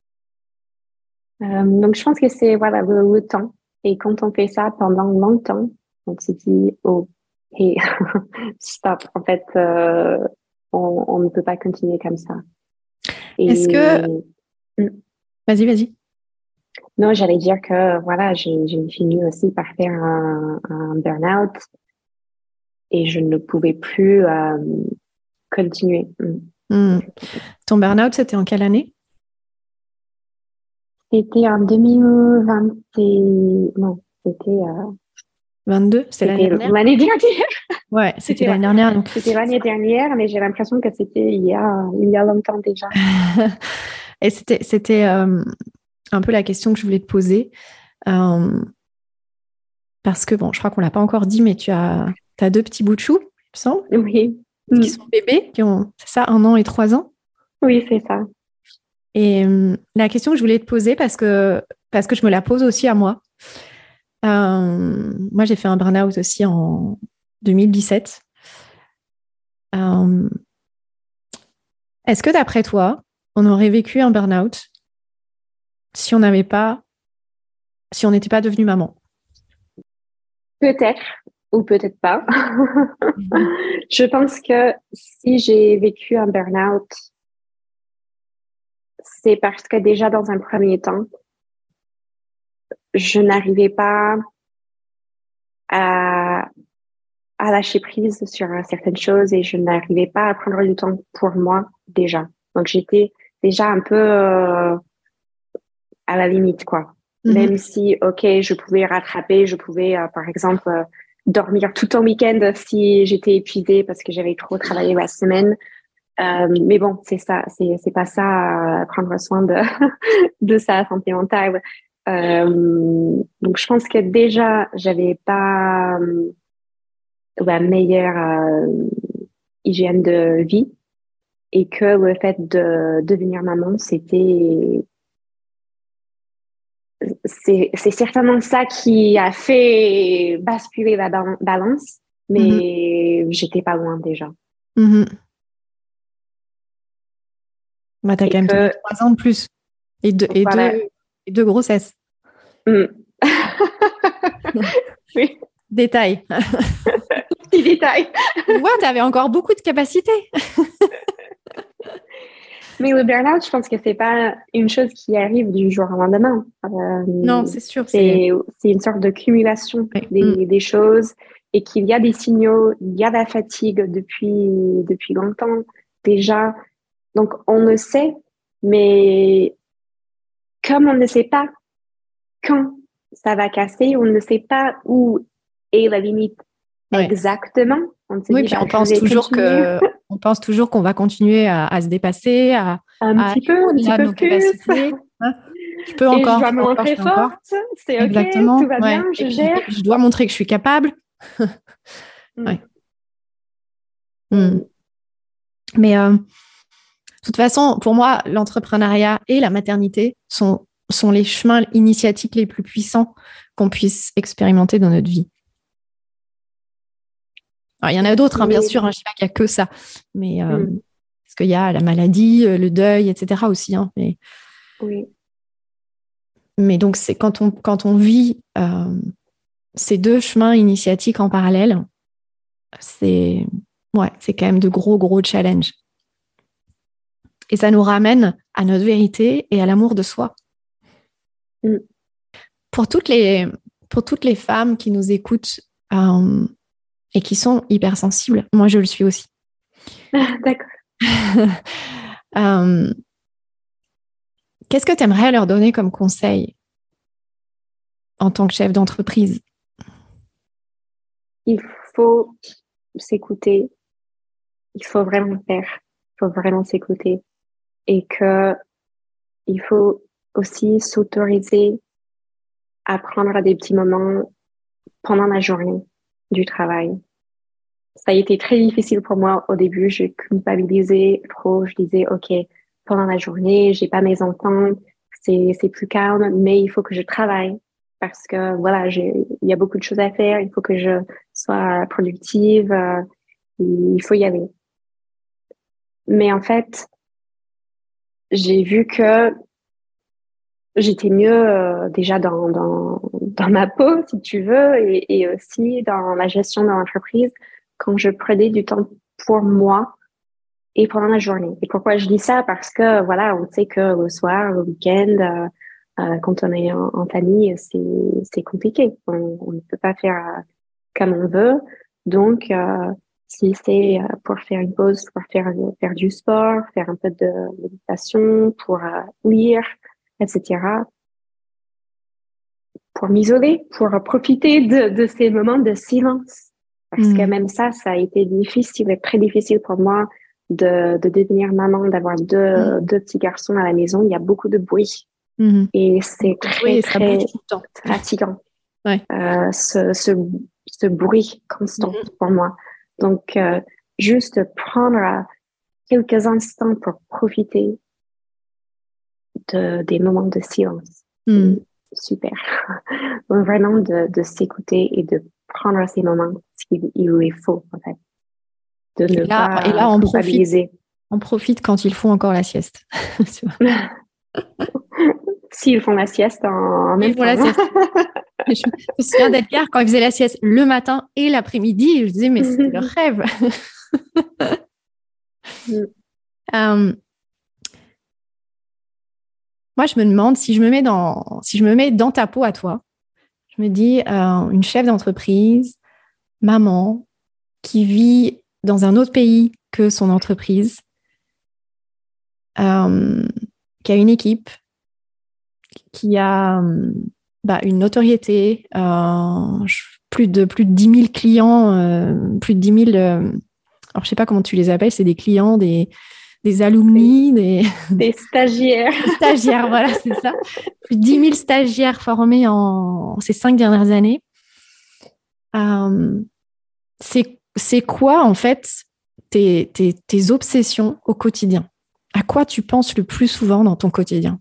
B: Euh, donc, je pense que c'est voilà, le, le temps. Et quand on fait ça pendant longtemps, on se dit, oh, hey, stop. En fait, euh, on, on ne peut pas continuer comme ça.
A: Et... Est-ce que... Mmh. Vas-y, vas-y.
B: Non, j'allais dire que voilà, j'ai, j'ai fini aussi par faire un, un burn-out et je ne pouvais plus euh, continuer.
A: Mmh. Mmh. Ton burn-out, c'était en quelle année?
B: C'était en deux mille vingt. Non, c'était... Euh...
A: vingt-deux, c'est l'année dernière.
B: L'année dernière.
A: Ouais, c'était, c'était l'année dernière. Donc...
B: C'était l'année dernière, mais j'ai l'impression que c'était il y a, il y a longtemps déjà.
A: Et c'était, c'était euh, un peu la question que je voulais te poser. Euh, parce que, bon, je crois qu'on ne l'a pas encore dit, mais tu as, tu as deux petits bouts de chou, il me semble.
B: Oui.
A: Qui sont bébés, qui ont, c'est ça, un an et trois ans.
B: Oui, c'est ça.
A: Et euh, la question que je voulais te poser, parce que, parce que je me la pose aussi à moi. Euh, moi, j'ai fait un burn-out aussi en deux mille dix-sept. Euh, est-ce que d'après toi, on aurait vécu un burn-out si on n'avait pas, si on n'était pas devenu maman?
B: Peut-être ou peut-être pas. Je pense que si j'ai vécu un burn-out, c'est parce que déjà dans un premier temps, je n'arrivais pas à, à lâcher prise sur certaines choses et je n'arrivais pas à prendre du temps pour moi déjà. Donc j'étais déjà un peu euh, à la limite, quoi. Mm-hmm. Même si, ok, je pouvais rattraper, je pouvais, euh, par exemple, euh, dormir tout un week-end si j'étais épuisée parce que j'avais trop travaillé la semaine. Euh, mais bon, c'est ça, c'est c'est pas ça, euh, prendre soin de de sa santé mentale. Euh, donc je pense que déjà j'avais pas euh, la meilleure euh, hygiène de vie et que le fait de devenir maman, c'était c'est c'est certainement ça qui a fait basculer la balance, mais mm-hmm. j'étais pas loin déjà.
A: Mm-hmm. Bah, t'as et quand même que... trois ans de plus et deux, et voilà. deux, et deux grossesses.
B: Mm. Oui.
A: Détail.
B: Petit détail.
A: Tu vois, t'avais encore beaucoup de capacités.
B: Mais le burn-out, je pense que c'est pas une chose qui arrive du jour au lendemain. Euh,
A: non, c'est sûr.
B: C'est, c'est une sorte de cumulation oui. des, mm. des choses et qu'il y a des signaux, il y a de la fatigue depuis, depuis longtemps déjà. Donc, on le sait, mais comme on ne sait pas quand ça va casser, on ne sait pas où est la limite ouais. exactement. On se
A: oui,
B: dit,
A: puis
B: bah,
A: on, pense toujours que, on pense toujours qu'on va continuer à, à se dépasser, à,
B: un
A: à
B: petit peu, un petit peu
A: nos
B: plus.
A: Capacités. Hein, je peux
B: Et
A: encore.
B: je dois me montrer forte, encore. C'est OK, exactement. Tout va ouais. bien, je
A: puis,
B: gère.
A: Je dois montrer que je suis capable. mm. ouais. mm. Mais euh, de toute façon, pour moi, l'entrepreneuriat et la maternité sont, sont les chemins initiatiques les plus puissants qu'on puisse expérimenter dans notre vie. Alors, il y en a d'autres, hein, bien sûr, hein, je ne dis pas qu'il n'y a que ça, mais euh, mm. parce qu'il y a la maladie, le deuil, et cetera aussi. Hein, mais,
B: oui.
A: mais donc, c'est quand on, quand on vit euh, ces deux chemins initiatiques en parallèle, c'est, ouais, c'est quand même de gros, gros challenges. Et ça nous ramène à notre vérité et à l'amour de soi.
B: Mm.
A: Pour toutes les, pour toutes les femmes qui nous écoutent euh, et qui sont hypersensibles, moi je le suis aussi.
B: D'accord.
A: euh, qu'est-ce que tu aimerais leur donner comme conseil en tant que chef d'entreprise?
B: Il faut s'écouter. Il faut vraiment faire. Il faut vraiment s'écouter. Et que il faut aussi s'autoriser à prendre des petits moments pendant la journée du travail. Ça a été très difficile pour moi au début. Je culpabilisais trop. Je disais, OK, pendant la journée, j'ai pas mes enfants, c'est, c'est plus calme, mais il faut que je travaille parce que voilà, j'ai, il y a beaucoup de choses à faire. Il faut que je sois productive. Euh, il faut y aller. Mais en fait, j'ai vu que j'étais mieux euh, déjà dans, dans, dans ma peau, si tu veux, et, et aussi dans la gestion de l'entreprise quand je prenais du temps pour moi et pendant la journée. Et pourquoi je dis ça? Parce que, voilà, on sait que le soir, le week-end, euh, euh, quand on est en, en famille, c'est, c'est compliqué. On, on ne peut pas faire euh, comme on veut. Donc, euh, si c'est euh, pour faire une pause, pour faire, faire du sport, faire un peu de méditation, pour euh, lire, et cetera, pour m'isoler, pour profiter de, de ces moments de silence. Parce mmh. que même ça, ça a été difficile, très difficile pour moi de, de devenir maman, d'avoir deux, mmh. deux petits garçons à la maison. Il y a beaucoup de bruit. Mmh. Et c'est très, oui, très fatigant.
A: Ouais.
B: Euh, ce, ce, ce bruit constant mmh. pour moi. Donc, euh, juste prendre quelques instants pour profiter de, des moments de silence. Mmh. Super. Donc, vraiment de, de s'écouter et de prendre ces moments, ce qu'il il lui faut, en fait. De ne
A: et là,
B: pas
A: et là on
B: culpabiliser.
A: Profite, on profite quand ils font encore la sieste.
B: S'ils font la sieste en, en même temps.
A: La sieste. Je me souviens d'Edgar quand il faisait la sieste le matin et l'après-midi. Je disais, mais c'était le rêve.
B: mm.
A: um, moi, je me demande si je me mets dans, si je me mets dans ta peau à toi. Je me dis, euh, une chef d'entreprise, maman, qui vit dans un autre pays que son entreprise, euh, qui a une équipe, qui a bah, une notoriété, euh, plus, de, plus de dix mille clients, euh, plus de dix mille, euh, alors je ne sais pas comment tu les appelles, c'est des clients, des, des alumni, des,
B: des stagiaires.
A: Des stagiaires, voilà, c'est ça. Plus de dix mille stagiaires formés en ces cinq dernières années. Euh, c'est, c'est quoi, en fait, tes, tes, tes obsessions au quotidien? À quoi tu penses le plus souvent dans ton quotidien?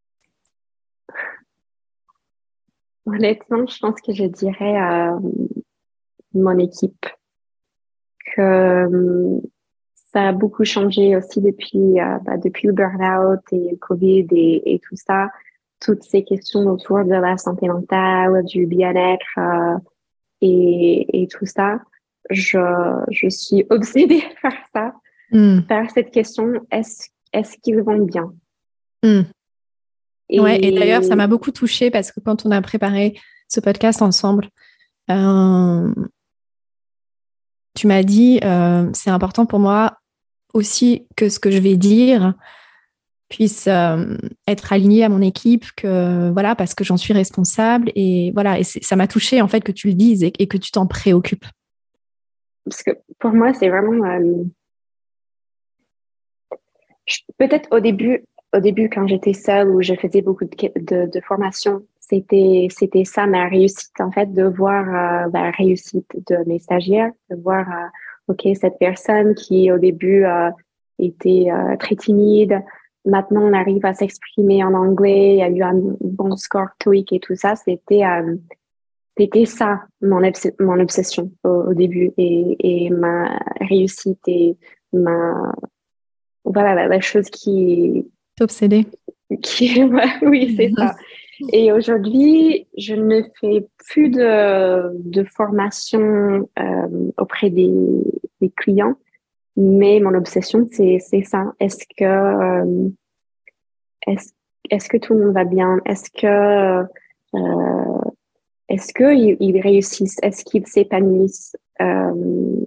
B: Honnêtement, je pense que je dirais euh, mon équipe. Que euh, ça a beaucoup changé aussi depuis, euh, bah, depuis le burn-out et le Covid et, et tout ça. Toutes ces questions autour de la santé mentale, du bien-être euh, et, et tout ça. Je, je suis obsédée par ça, mm. par cette question, est-ce, est-ce qu'ils vont bien?
A: Mm. Et... Ouais, et d'ailleurs, ça m'a beaucoup touchée parce que quand on a préparé ce podcast ensemble, euh, tu m'as dit, euh, c'est important pour moi aussi que ce que je vais dire puisse euh, être aligné à mon équipe, que voilà, parce que j'en suis responsable et voilà, et ça m'a touchée en fait que tu le dises et, et que tu t'en préoccupes.
B: Parce que pour moi, c'est vraiment euh, je, peut-être au début, au début quand j'étais seule où je faisais beaucoup de, de, de formations, c'était c'était ça ma réussite en fait, de voir euh, la réussite de mes stagiaires, de voir euh, ok, cette personne qui au début euh, était euh, très timide, maintenant on arrive à s'exprimer en anglais, il y a eu un bon score TOEIC et tout ça, c'était euh, c'était ça mon, obs- mon obsession au, au début et, et ma réussite et ma voilà la, la chose qui
A: t'obsédait.
B: Qui, ouais, oui, c'est ça. Et aujourd'hui, je ne fais plus de, de formation euh, auprès des, des clients, mais mon obsession, c'est, c'est ça. Est-ce que, euh, est-ce, est-ce que tout le monde va bien? Est-ce que, euh, est-ce qu'ils ils réussissent? Est-ce qu'ils s'épanouissent? Euh,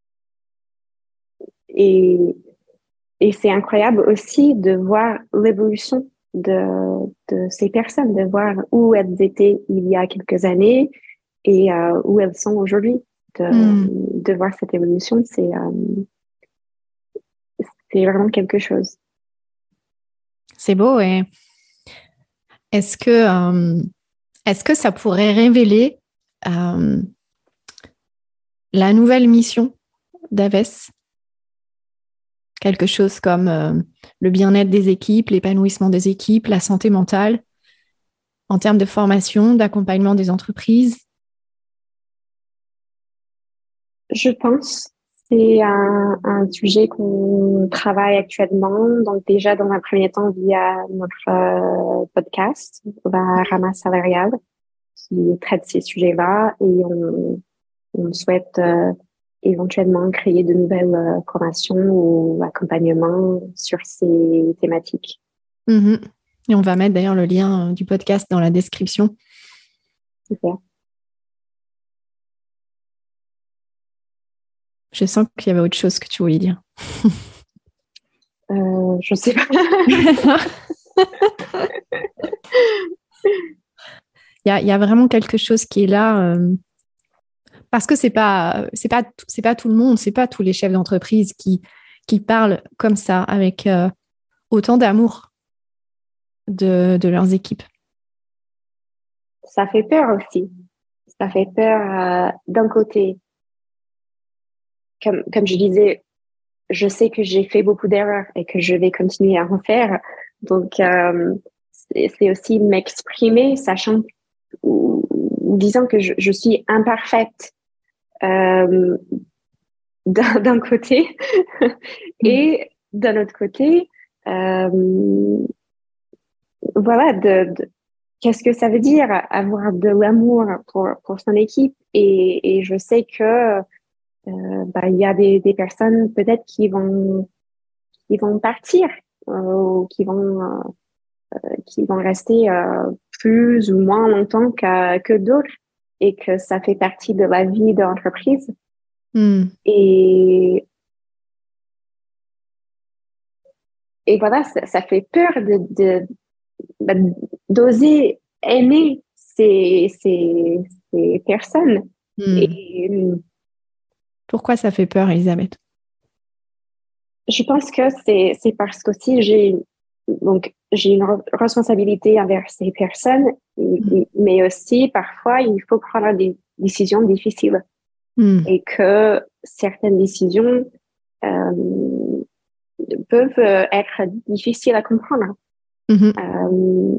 B: et, et c'est incroyable aussi de voir l'évolution de, de ces personnes, de voir où elles étaient il y a quelques années et euh, où elles sont aujourd'hui. De,
A: Mm.
B: de voir cette évolution, c'est, euh, c'est vraiment quelque chose.
A: C'est beau. Et est-ce que, euh, est-ce que ça pourrait révéler euh, la nouvelle mission d'Aves? Quelque chose comme euh, le bien-être des équipes, l'épanouissement des équipes, la santé mentale, en termes de formation, d'accompagnement des entreprises?
B: Je pense que c'est un, un sujet qu'on travaille actuellement. Donc déjà, dans un premier temps, via notre euh, podcast, la Rama Salariale, qui traite ces sujets-là. Et on, on souhaite euh, éventuellement créer de nouvelles euh, formations ou accompagnements sur ces thématiques.
A: Mmh. Et on va mettre d'ailleurs le lien du podcast dans la description.
B: Super.
A: Je sens qu'il y avait autre chose que tu voulais dire.
B: Euh, je sais pas.
A: Il y a, il y a vraiment quelque chose qui est là euh, parce que c'est pas, c'est pas, c'est pas tout le monde, c'est pas tous les chefs d'entreprise qui, qui parlent comme ça avec euh, autant d'amour de, de leurs équipes.
B: Ça fait peur aussi. Ça fait peur euh, d'un côté. Comme, comme je disais, je sais que j'ai fait beaucoup d'erreurs et que je vais continuer à en faire. Donc, euh, c'est, c'est aussi m'exprimer, sachant ou, ou disant que je, je suis imparfaite euh, d'un, d'un côté et d'un autre côté, euh, voilà, de, de, qu'est-ce que ça veut dire avoir de l'amour pour, pour son équipe et, et je sais que euh, bah, il y a des, des personnes peut-être qui vont qui vont partir euh, ou qui vont euh, qui vont rester euh, plus ou moins longtemps que, que d'autres et que ça fait partie de la vie de l'entreprise.
A: Mm.
B: Et, et voilà, ça, ça fait peur de, de, bah, d'oser aimer ces, ces, ces personnes.
A: Mm.
B: Et
A: pourquoi ça fait peur, Elisabeth?
B: je pense que c'est, c'est parce qu'aussi j'ai, donc, j'ai une re- responsabilité envers ces personnes,
A: Mm.
B: mais aussi parfois il faut prendre des décisions difficiles
A: Mm.
B: et que certaines décisions euh, peuvent être difficiles à comprendre.
A: Mm-hmm.
B: Euh,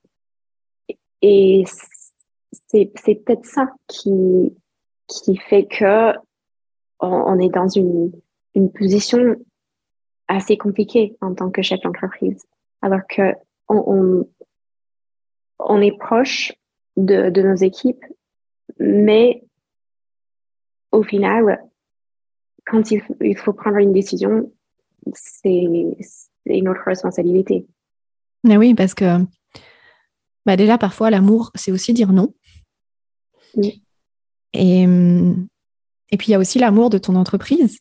B: et c'est, c'est peut-être ça qui, qui fait que on, on est dans une, une position assez compliquée en tant que chef d'entreprise. Alors que on, on, on est proche de, de nos équipes, mais au final, quand il, il faut prendre une décision, c'est, c'est notre responsabilité.
A: Mais oui, parce que bah déjà, parfois, l'amour, c'est aussi dire non.
B: Mm.
A: Et, et puis, il y a aussi l'amour de ton entreprise.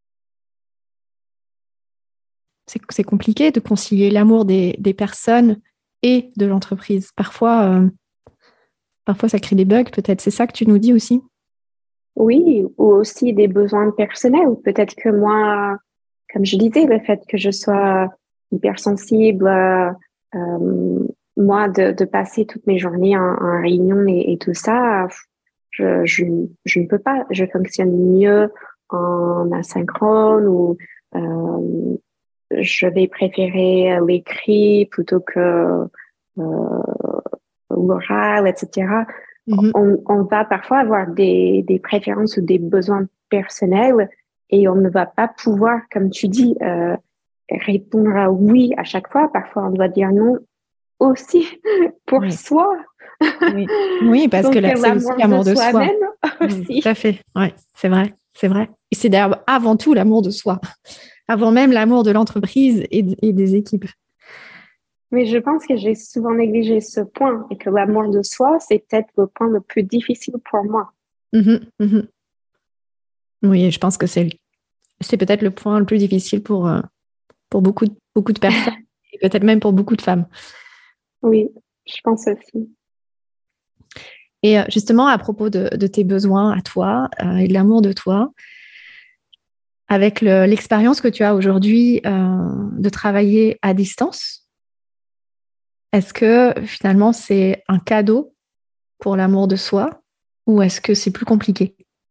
A: C'est, c'est compliqué de concilier l'amour des, des personnes et de l'entreprise. Parfois, euh, parfois, ça crée des bugs, peut-être. C'est ça que tu nous dis aussi?
B: Oui, ou aussi des besoins personnels. Peut-être que moi, comme je disais, le fait que je sois hypersensible, euh, euh, moi, de, de passer toutes mes journées en, en réunion et, et tout ça, je, je, je ne peux pas. Je fonctionne mieux en asynchrone ou euh, je vais préférer l'écrit plutôt que euh, l'oral, et cetera.
A: Mm-hmm.
B: On, on va parfois avoir des, des préférences ou des besoins personnels et on ne va pas pouvoir, comme tu dis, euh, répondre à oui à chaque fois. Parfois, on doit dire non aussi pour
A: Oui.
B: soi.
A: Oui. Oui, parce
B: Donc,
A: que là, c'est aussi
B: l'amour de
A: l'amour de soi.
B: soi-même
A: Mm,
B: aussi.
A: tout à fait. Oui, c'est vrai. C'est vrai. Et c'est d'ailleurs avant tout l'amour de soi, avant même l'amour de l'entreprise et, et des équipes.
B: Mais je pense que j'ai souvent négligé ce point et que l'amour de soi, c'est peut-être le point le plus difficile pour moi.
A: Mmh, mmh. Oui, je pense que c'est, c'est peut-être le point le plus difficile pour, euh, pour beaucoup, beaucoup de personnes et peut-être même pour beaucoup de femmes.
B: Oui, je pense aussi.
A: Et justement, à propos de, de tes besoins à toi euh, et de l'amour de toi, avec le, l'expérience que tu as aujourd'hui euh, de travailler à distance, est-ce que finalement c'est un cadeau pour l'amour de soi ou est-ce que c'est plus compliqué?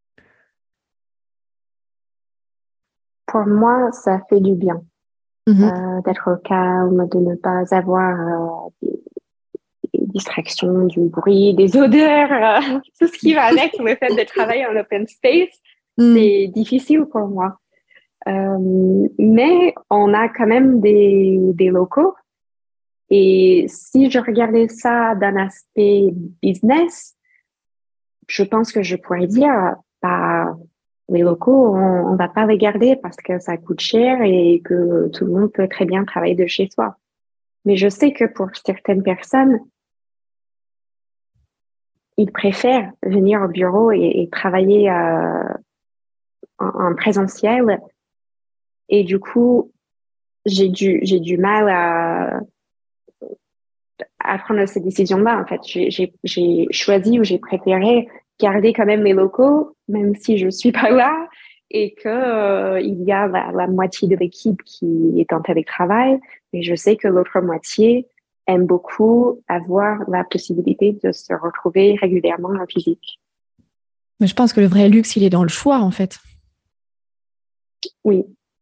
B: Pour moi, ça fait du bien
A: Mmh.
B: euh, d'être au calme, de ne pas avoir euh, des, des distractions, du bruit, des odeurs, euh, tout ce qui va avec le fait de travailler en open space.
A: Mmh.
B: C'est difficile pour moi. Euh, mais on a quand même des, des locaux. Et si je regardais ça d'un aspect business, je pense que je pourrais dire, bah, les locaux, on, on va pas les garder parce que ça coûte cher et que tout le monde peut très bien travailler de chez soi. Mais je sais que pour certaines personnes, ils préfèrent venir au bureau et, et travailler euh, en, en présentiel. Et du coup, j'ai du, j'ai du mal à, à prendre cette décision-là. En fait, j'ai, j'ai, j'ai choisi ou j'ai préféré garder quand même mes locaux, même si je suis pas là, et que euh, il y a la, la moitié de l'équipe qui est en télétravail, mais je sais que l'autre moitié aime beaucoup avoir la possibilité de se retrouver régulièrement en physique.
A: Mais je pense que le vrai luxe, il est dans le choix, en fait.
B: Oui.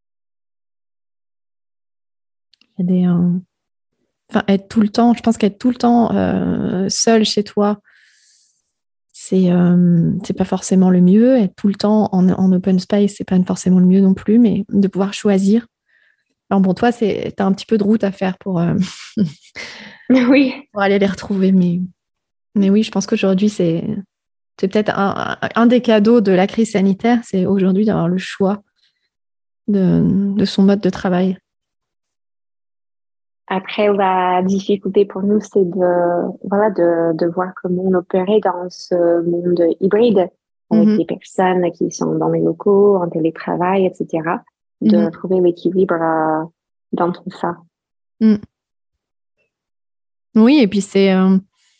A: Il y a des, euh... enfin, être tout le temps, je pense qu'être tout le temps euh, seul chez toi, c'est, euh, c'est pas forcément le mieux. Être tout le temps en, en open space, c'est pas forcément le mieux non plus, mais de pouvoir choisir. Alors bon, toi, c'est, t'as un petit peu de route à faire pour, euh,
B: Oui.
A: pour aller les retrouver, mais, mais oui, je pense qu'aujourd'hui, c'est, c'est peut-être un, un des cadeaux de la crise sanitaire, c'est aujourd'hui d'avoir le choix de, de son mode de travail.
B: Après, la difficulté pour nous, c'est de, voilà, de, de voir comment on opérait dans ce monde hybride avec
A: Mm-hmm.
B: des personnes qui sont dans les locaux, en télétravail, et cetera. De
A: Mm-hmm.
B: trouver l'équilibre euh, dans tout ça.
A: Mm. Oui, et puis c'est, euh,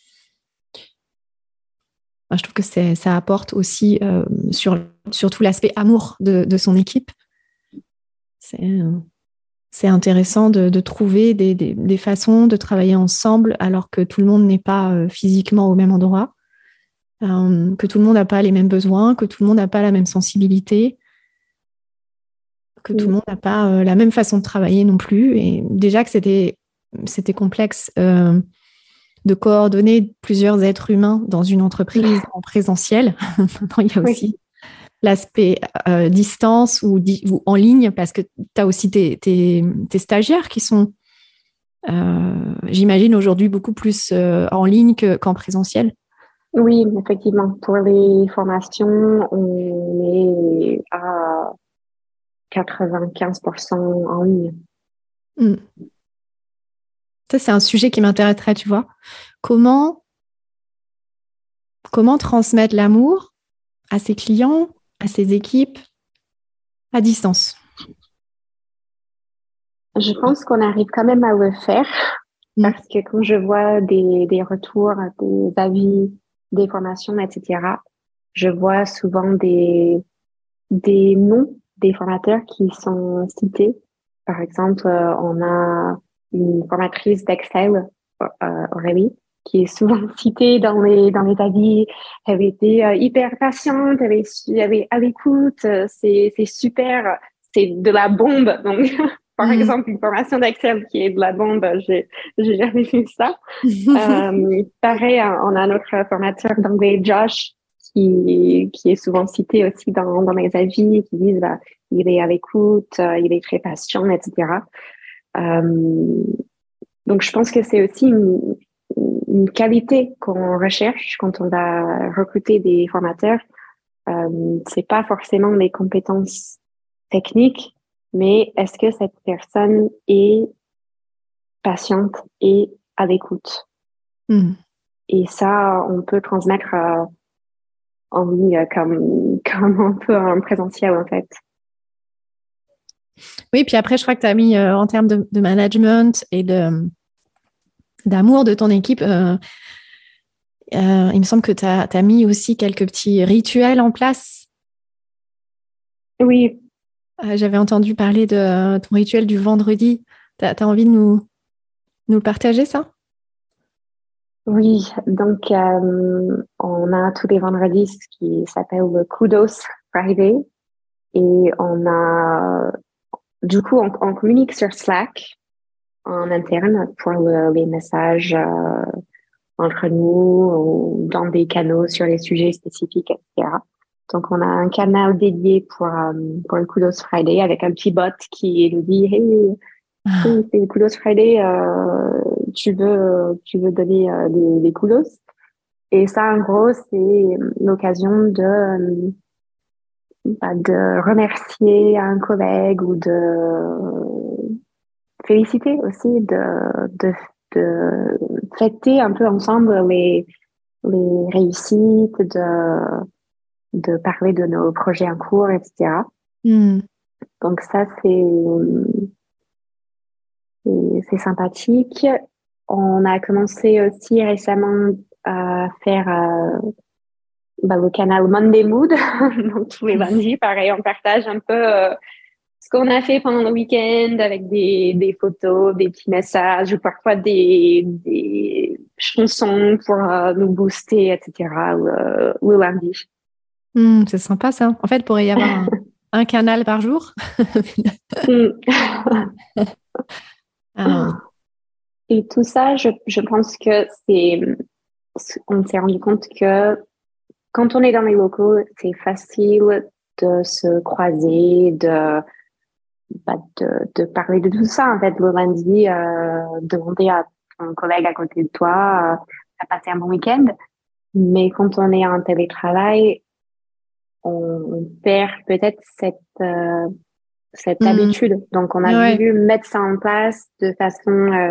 A: je trouve que c'est, ça apporte aussi euh, sur, sur tout l'aspect amour de, de son équipe. C'est, euh, c'est intéressant de, de trouver des, des, des façons de travailler ensemble alors que tout le monde n'est pas euh, physiquement au même endroit, euh, que tout le monde n'a pas les mêmes besoins, que tout le monde n'a pas la même sensibilité, que tout
B: Oui,
A: le monde n'a pas euh, la même façon de travailler non plus. Et déjà que c'était, c'était complexe euh, de coordonner plusieurs êtres humains dans une entreprise en présentiel. Maintenant, il y a
B: oui,
A: aussi l'aspect euh, distance ou, di- ou en ligne, parce que tu as aussi tes, tes, tes stagiaires qui sont, euh, j'imagine, aujourd'hui beaucoup plus euh, en ligne que, qu'en présentiel.
B: oui, effectivement. Pour les formations, on est à quatre-vingt-quinze pour cent en ligne.
A: Mm. Ça, c'est un sujet qui m'intéresserait, tu vois. Comment, comment transmettre l'amour à ses clients, à ses équipes, à distance?
B: Je pense qu'on arrive quand même à le faire
A: Mm.
B: parce que quand je vois des, des retours, des avis, des formations, et cetera, je vois souvent des, des noms des formateurs qui sont cités. Par exemple, euh, on a une formatrice d'Excel, euh, Aurélie, qui est souvent citée dans les, dans les avis. Elle était euh, hyper patiente, elle est, elle est à l'écoute, euh, c'est, c'est super, c'est de la bombe. Donc, par
A: Mm.
B: exemple, une formation d'Excel qui est de la bombe, j'ai, j'ai jamais vu ça. Euh, pareil, on a notre formateur d'anglais, Josh, qui, qui est souvent cité aussi dans, dans les avis, qui disent bah, il est à l'écoute, euh, il est très patient, et cetera. Euh, donc, je pense que c'est aussi une, une qualité qu'on recherche quand on va recruter des formateurs, Euh, c'est pas forcément les compétences techniques, mais est-ce que cette personne est patiente et à l'écoute?
A: Mm.
B: Et ça, on peut transmettre euh, en ligne euh, comme, comme on peut en présentiel, en fait.
A: Oui, puis après, je crois que tu as mis euh, en termes de, de management et de, d'amour de ton équipe, euh, euh, il me semble que tu as mis aussi quelques petits rituels en place.
B: Oui,
A: Euh, j'avais entendu parler de euh, ton rituel du vendredi. Tu as envie de nous, nous le partager, ça?
B: oui. Donc, euh, on a tous les vendredis ce qui s'appelle le Kudos Friday. Et on a, du coup, on, on communique sur Slack en interne pour le- les messages euh, entre nous ou dans des canaux sur les sujets spécifiques, et cetera. Donc, on a un canal dédié pour, euh, pour le Kudos Friday avec un petit bot qui nous dit, hey,
A: Ah.
B: hey, c'est le Kudos Friday, euh, tu veux, tu veux donner euh, des, des kudos. Et ça, en gros, c'est l'occasion de, euh, bah, de remercier un collègue ou de féliciter aussi, de, de, de fêter un peu ensemble les, les réussites, de, de parler de nos projets en cours, et cetera.
A: Mm.
B: Donc ça, c'est, c'est, c'est sympathique. On a commencé aussi récemment à faire euh, bah, le canal Monday Mood. Donc tous les lundis, pareil, on partage un peu euh, ce qu'on a fait pendant le week-end avec des, des photos, des petits messages ou parfois des, des chansons pour euh, nous booster, et cetera. Le, le lundi.
A: Mm, c'est sympa, ça. En fait, il pourrait y avoir un, un canal par jour.
B: Mm.
A: Ah,
B: Et tout ça, je, je pense que c'est, on s'est rendu compte que quand on est dans les locaux, c'est facile de se croiser, de, bah, de, de parler de tout ça. En fait, le lundi, euh, demander à ton collègue à côté de toi, euh, à passer un bon week-end. Mais quand on est en télétravail, on, on perd peut-être cette, euh, cette
A: mm.
B: habitude. Donc, on a
A: Ouais.
B: voulu mettre ça en place de façon, euh,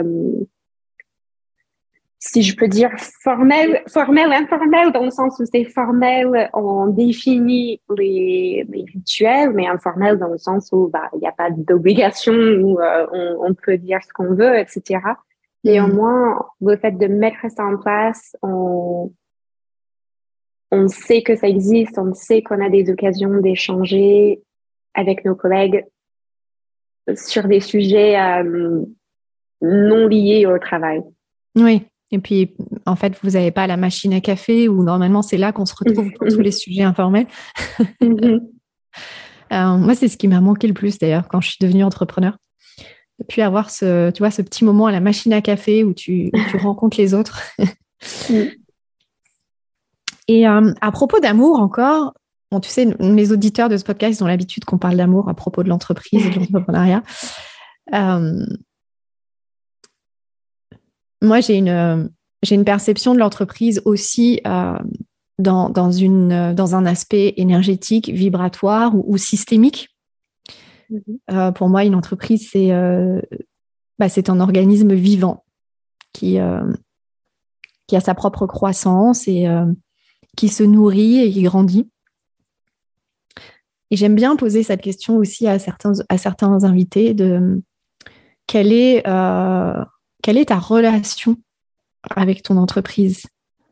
B: si je peux dire, formelle, formelle, informelle, dans le sens où c'est formel, on définit les, les rituels, mais informel dans le sens où bah, il n'y a pas d'obligation, où euh, on, on peut dire ce qu'on veut, et cetera.
A: Mm.
B: Néanmoins, le fait de mettre ça en place, on, on sait que ça existe, on sait qu'on a des occasions d'échanger avec nos collègues sur des sujets euh, non liés au travail.
A: Oui. Et puis, en fait, vous n'avez pas la machine à café où normalement c'est là qu'on se retrouve pour tous les sujets informels. Euh, moi, c'est ce qui m'a manqué le plus d'ailleurs quand je suis devenue entrepreneur. Et puis avoir ce, tu vois, ce petit moment à la machine à café où tu, où tu rencontres les autres. Et euh, à propos d'amour encore, bon, tu sais, mes auditeurs de ce podcast, ils ont l'habitude qu'on parle d'amour à propos de l'entreprise et de l'entrepreneuriat. Euh, moi, j'ai une, j'ai une perception de l'entreprise aussi euh, dans, dans, une, dans un aspect énergétique, vibratoire ou, ou systémique. Euh, pour moi, une entreprise, c'est, euh, bah, c'est un organisme vivant qui, euh, qui a sa propre croissance et euh, qui se nourrit et qui grandit. Et j'aime bien poser cette question aussi à certains, à certains invités de quelle est, euh, quelle est ta relation avec ton entreprise?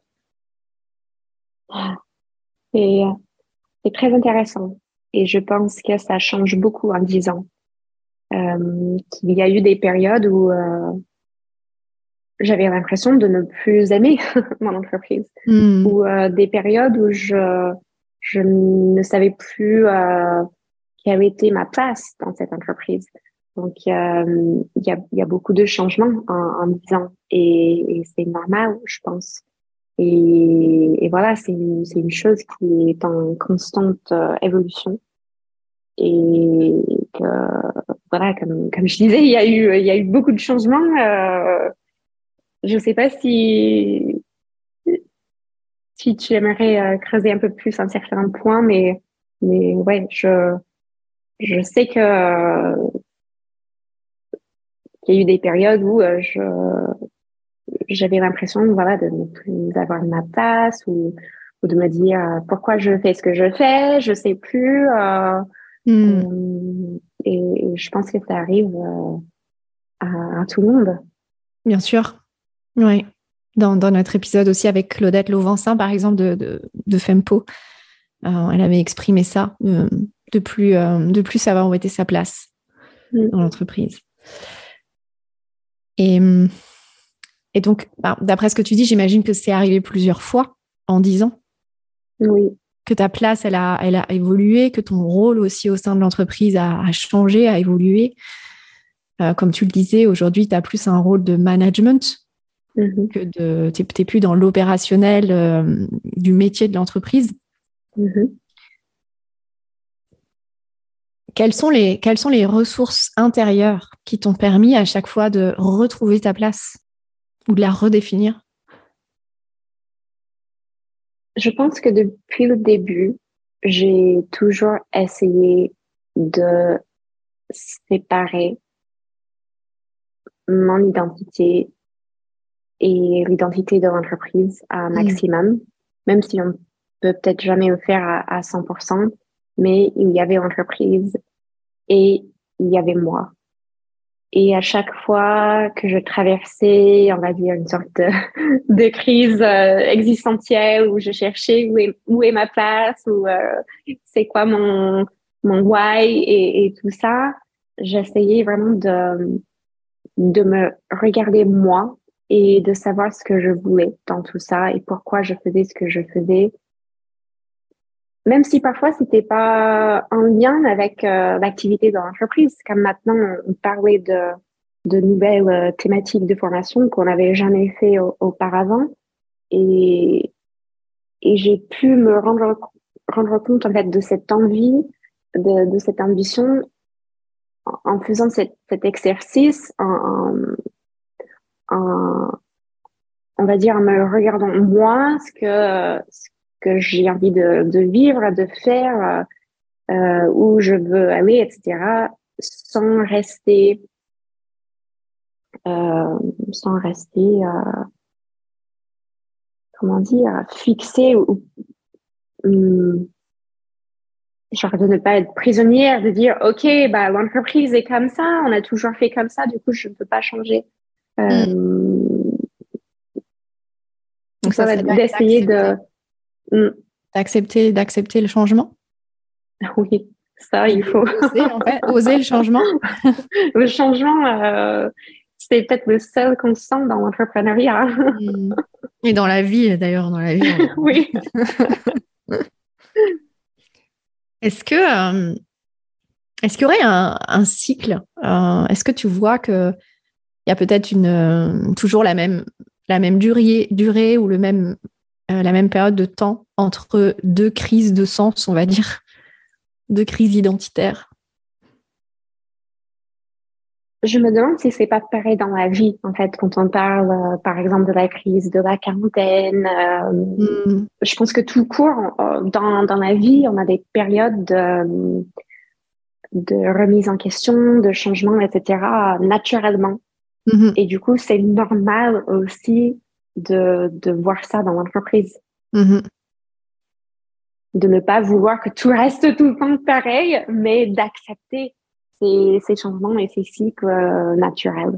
B: C'est, c'est très intéressant et je pense que ça change beaucoup en dix ans. Euh, qu'il y a eu des périodes où euh, j'avais l'impression de ne plus aimer mon entreprise
A: Mm.
B: ou euh, des périodes où je, je ne savais plus euh, quelle était ma place dans cette entreprise. Donc, euh, il y a, il y a beaucoup de changements en, en dix ans et, et c'est normal, je pense. Et, et voilà, c'est une, c'est une chose qui est en constante euh, évolution. Et que, voilà, comme, comme je disais, il y a eu, il y a eu beaucoup de changements. Euh, je sais pas si, si tu aimerais euh, creuser un peu plus un certain point, mais, mais ouais, je, je sais que, euh, qu'il y a eu des périodes où euh, je, j'avais l'impression, voilà, de ne plus avoir ma place ou, ou de me dire euh, pourquoi je fais ce que je fais, je sais plus. Euh,
A: Mm.
B: euh, et, et je pense que ça arrive euh, à, à tout le monde.
A: Bien sûr. Oui. Dans, dans notre épisode aussi avec Claudette Lauvencin, par exemple, de, de, de Fempo, euh, elle avait exprimé ça, euh, de plus, euh, de plus savoir où était sa place
B: Mm.
A: dans l'entreprise. Et, et donc, bah, d'après ce que tu dis, j'imagine que c'est arrivé plusieurs fois en dix ans.
B: Oui.
A: Que ta place, elle a, elle a évolué, que ton rôle aussi au sein de l'entreprise a, a changé, a évolué. Euh, comme tu le disais, aujourd'hui, tu as plus un rôle de management
B: Mm-hmm.
A: que de... Tu n'es plus dans l'opérationnel euh, du métier de l'entreprise.
B: Mm-hmm.
A: Quelles sont les, quelles sont les ressources intérieures qui t'ont permis à chaque fois de retrouver ta place ou de la redéfinir?
B: Je pense que depuis le début, j'ai toujours essayé de séparer mon identité et l'identité de l'entreprise à un
A: Mm.
B: maximum, même si on peut peut-être jamais le faire à, à cent pour cent, mais il y avait l'entreprise et il y avait moi. Et à chaque fois que je traversais, on va dire, une sorte de, de crise euh, existentielle où je cherchais où est, où est ma place, ou euh, c'est quoi mon, mon why et, et tout ça, j'essayais vraiment de, de me regarder moi et de savoir ce que je voulais dans tout ça et pourquoi je faisais ce que je faisais. Même si parfois c'était pas en lien avec euh, l'activité de l'entreprise, comme maintenant on parlait de, de nouvelles euh, thématiques de formation qu'on n'avait jamais fait au, auparavant, et, et j'ai pu me rendre, rendre compte en fait de cette envie, de, de cette ambition en, en faisant cette, cet exercice, en, en, en, on va dire en me regardant moi, ce que, ce que j'ai envie de, de vivre, de faire. Euh, où je veux aller, et cetera, sans rester, euh, sans rester, euh, comment dire, fixé ou, ou genre de ne pas être prisonnière, de dire, OK, bah, l'entreprise est comme ça, on a toujours fait comme ça, du coup, je ne peux pas changer.
A: Mm.
B: Euh,
A: Donc ça
B: voilà,
A: serait bien
B: d'essayer de,
A: d'accepter,
B: mm,
A: d'accepter, d'accepter le changement
B: oui, ça,
A: et
B: il faut.
A: d'oser, en fait, oser le changement.
B: Le changement, euh, c'est peut-être le seul constant dans l'entrepreneuriat.
A: Mm. Et dans la vie, d'ailleurs, dans la vie. On...
B: Oui.
A: Est-ce que, euh, est-ce qu'il y aurait un, un cycle euh, Est-ce que tu vois que il y a peut-être une euh, toujours la même la même durée, durée ou le même euh, la même période de temps entre deux crises de sens, on va dire, deux crises identitaires?
B: Je me demande si c'est pas pareil dans la vie, en fait, quand on parle, euh, par exemple, de la crise de la quarantaine. Euh,
A: Mm.
B: je pense que tout court, euh, dans, dans la vie, on a des périodes de, de remise en question, de changement, et cetera, naturellement.
A: Mm-hmm.
B: Et du coup, c'est normal aussi de, de voir ça dans l'entreprise.
A: Mm-hmm.
B: De ne pas vouloir que tout reste tout le temps pareil, mais d'accepter ces, ces changements et ces cycles euh, naturels.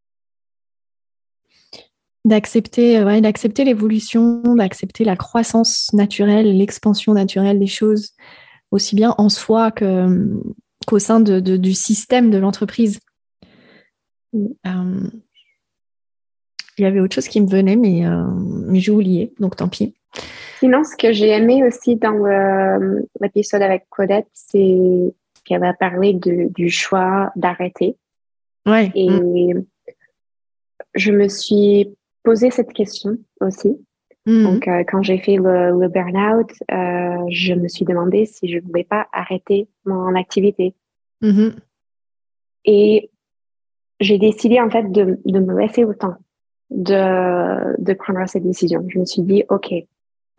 A: D'accepter, ouais, d'accepter l'évolution, d'accepter la croissance naturelle, l'expansion naturelle des choses, aussi bien en soi que, qu'au sein de, de, du système de l'entreprise.
B: Mm.
A: Euh, il y avait autre chose qui me venait, mais, euh, mais j'ai oublié, donc tant pis.
B: Sinon, ce que j'ai aimé aussi dans le- l'épisode avec Claudette, c'est qu'elle a parlé de, du choix d'arrêter.
A: Ouais. Mm.
B: Et je me suis posé cette question aussi.
A: Mm.
B: Donc, euh, quand j'ai fait le, le burn-out, euh, je me suis demandé si je voulais pas arrêter mon activité.
A: Mm-hmm.
B: Et j'ai décidé, en fait, de, de me laisser le temps de, de prendre cette décision. Je me suis dit, OK,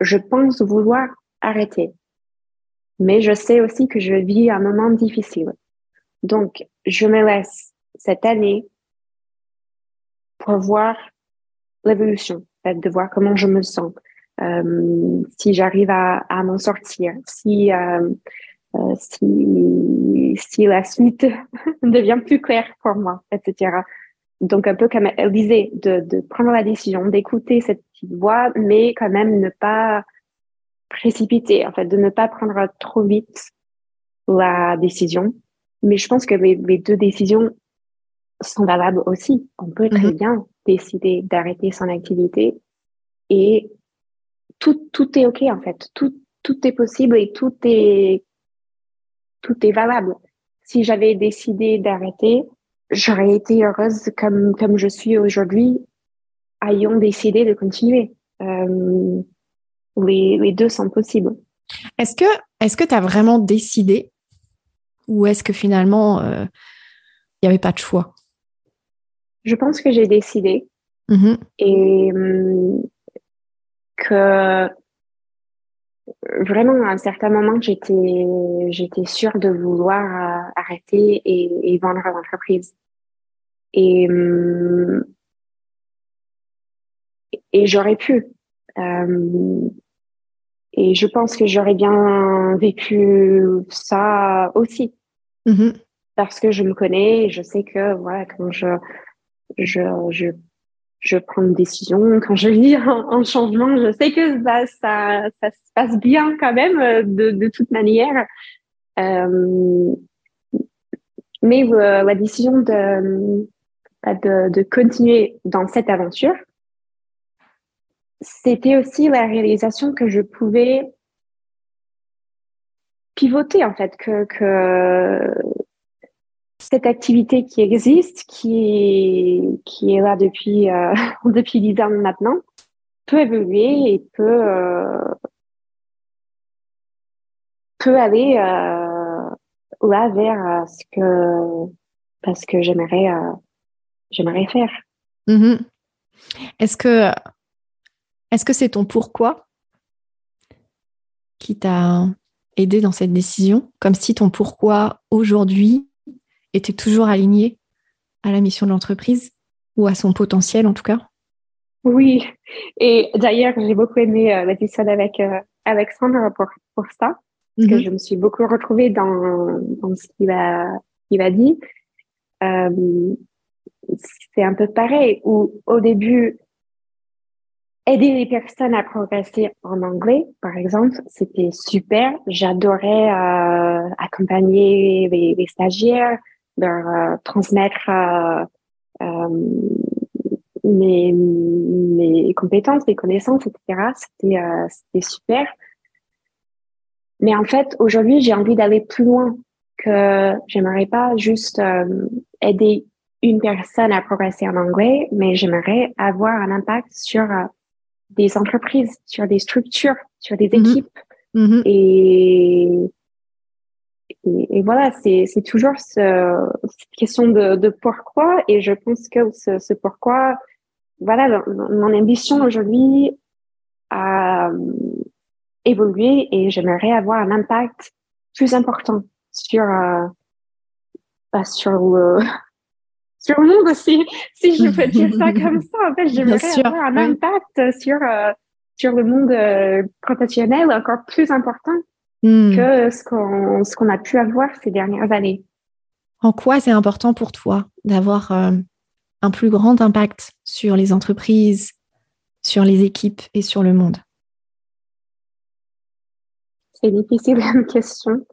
B: je pense vouloir arrêter. Mais je sais aussi que je vis un moment difficile. Donc, je me laisse cette année pour voir l'évolution, en fait, de voir comment je me sens, euh, si j'arrive à, à m'en sortir, si, euh, euh, si, si la suite devient plus claire pour moi, et cetera. Donc, un peu comme elle disait, de, de prendre la décision, d'écouter cette petite voix, mais quand même ne pas précipiter, en fait, de ne pas prendre trop vite la décision. Mais je pense que les, les deux décisions sont valables aussi. On peut très
A: Mhm.
B: bien décider d'arrêter son activité et tout, tout est OK, en fait. Tout, tout est possible et tout est, tout est valable. Si j'avais décidé d'arrêter, j'aurais été heureuse comme, comme je suis aujourd'hui, ayant décidé de continuer. Euh, les, les deux sont possibles.
A: Est-ce que est-ce que tu as vraiment décidé ou est-ce que finalement il n'y avait pas de choix?
B: Je pense que j'ai décidé
A: Mhm.
B: et hum, que vraiment, à un certain moment, j'étais, j'étais sûre de vouloir euh, arrêter et, et vendre l'entreprise. Et, hum, et j'aurais pu. Euh, et je pense que j'aurais bien vécu ça aussi.
A: Mhm.
B: Parce que je me connais et je sais que, voilà, quand je, je, je, je prends une décision, quand je vis un, un changement, je sais que bah, ça, ça se passe bien quand même, euh, de, de toute manière. Euh, Mais euh, la décision de, de, de continuer dans cette aventure, c'était aussi la réalisation que je pouvais pivoter, en fait, que, que cette activité qui existe, qui est, qui est là depuis, euh, depuis dix ans maintenant, peut évoluer et peut, euh, peut aller euh, là vers euh, ce que, parce que j'aimerais, euh, j'aimerais faire.
A: Mhm. Est-ce que est-ce que c'est ton pourquoi qui t'a aidé dans cette décision, comme si ton pourquoi aujourd'hui était toujours aligné à la mission de l'entreprise ou à son potentiel en tout cas?
B: Oui, et d'ailleurs, j'ai beaucoup aimé euh, l'épisode avec euh, Alexandre pour, pour ça, parce que
A: Mhm.
B: je me suis beaucoup retrouvée dans, dans ce qu'il a, qu'il a dit. Euh, c'est un peu pareil, où au début, aider les personnes à progresser en anglais, par exemple, c'était super. J'adorais euh, accompagner les, les stagiaires, leur euh, transmettre euh, euh, mes, mes compétences, mes connaissances, et cetera. C'était euh, c'était super. Mais en fait, aujourd'hui, j'ai envie d'aller plus loin, que j'aimerais pas juste euh, aider une personne à progresser en anglais, mais j'aimerais avoir un impact sur euh, des entreprises, sur des structures, sur des
A: Mhm.
B: équipes.
A: Mhm.
B: Et, et, et voilà, c'est c'est toujours ce, cette question de, de pourquoi. Et je pense que ce, ce pourquoi, voilà, mon ambition aujourd'hui a euh, évolué et j'aimerais avoir un impact plus important sur euh, bah, sur le sur le monde aussi, si je peux dire ça comme ça. En fait,
A: Bien
B: j'aimerais
A: sûr,
B: avoir un
A: oui.
B: impact sur euh, sur le monde euh, professionnel encore plus important
A: Hmm.
B: que ce qu'on ce qu'on a pu avoir ces dernières années.
A: En quoi c'est important pour toi d'avoir euh, un plus grand impact sur les entreprises, sur les équipes et sur le monde?
B: C'est difficile comme question.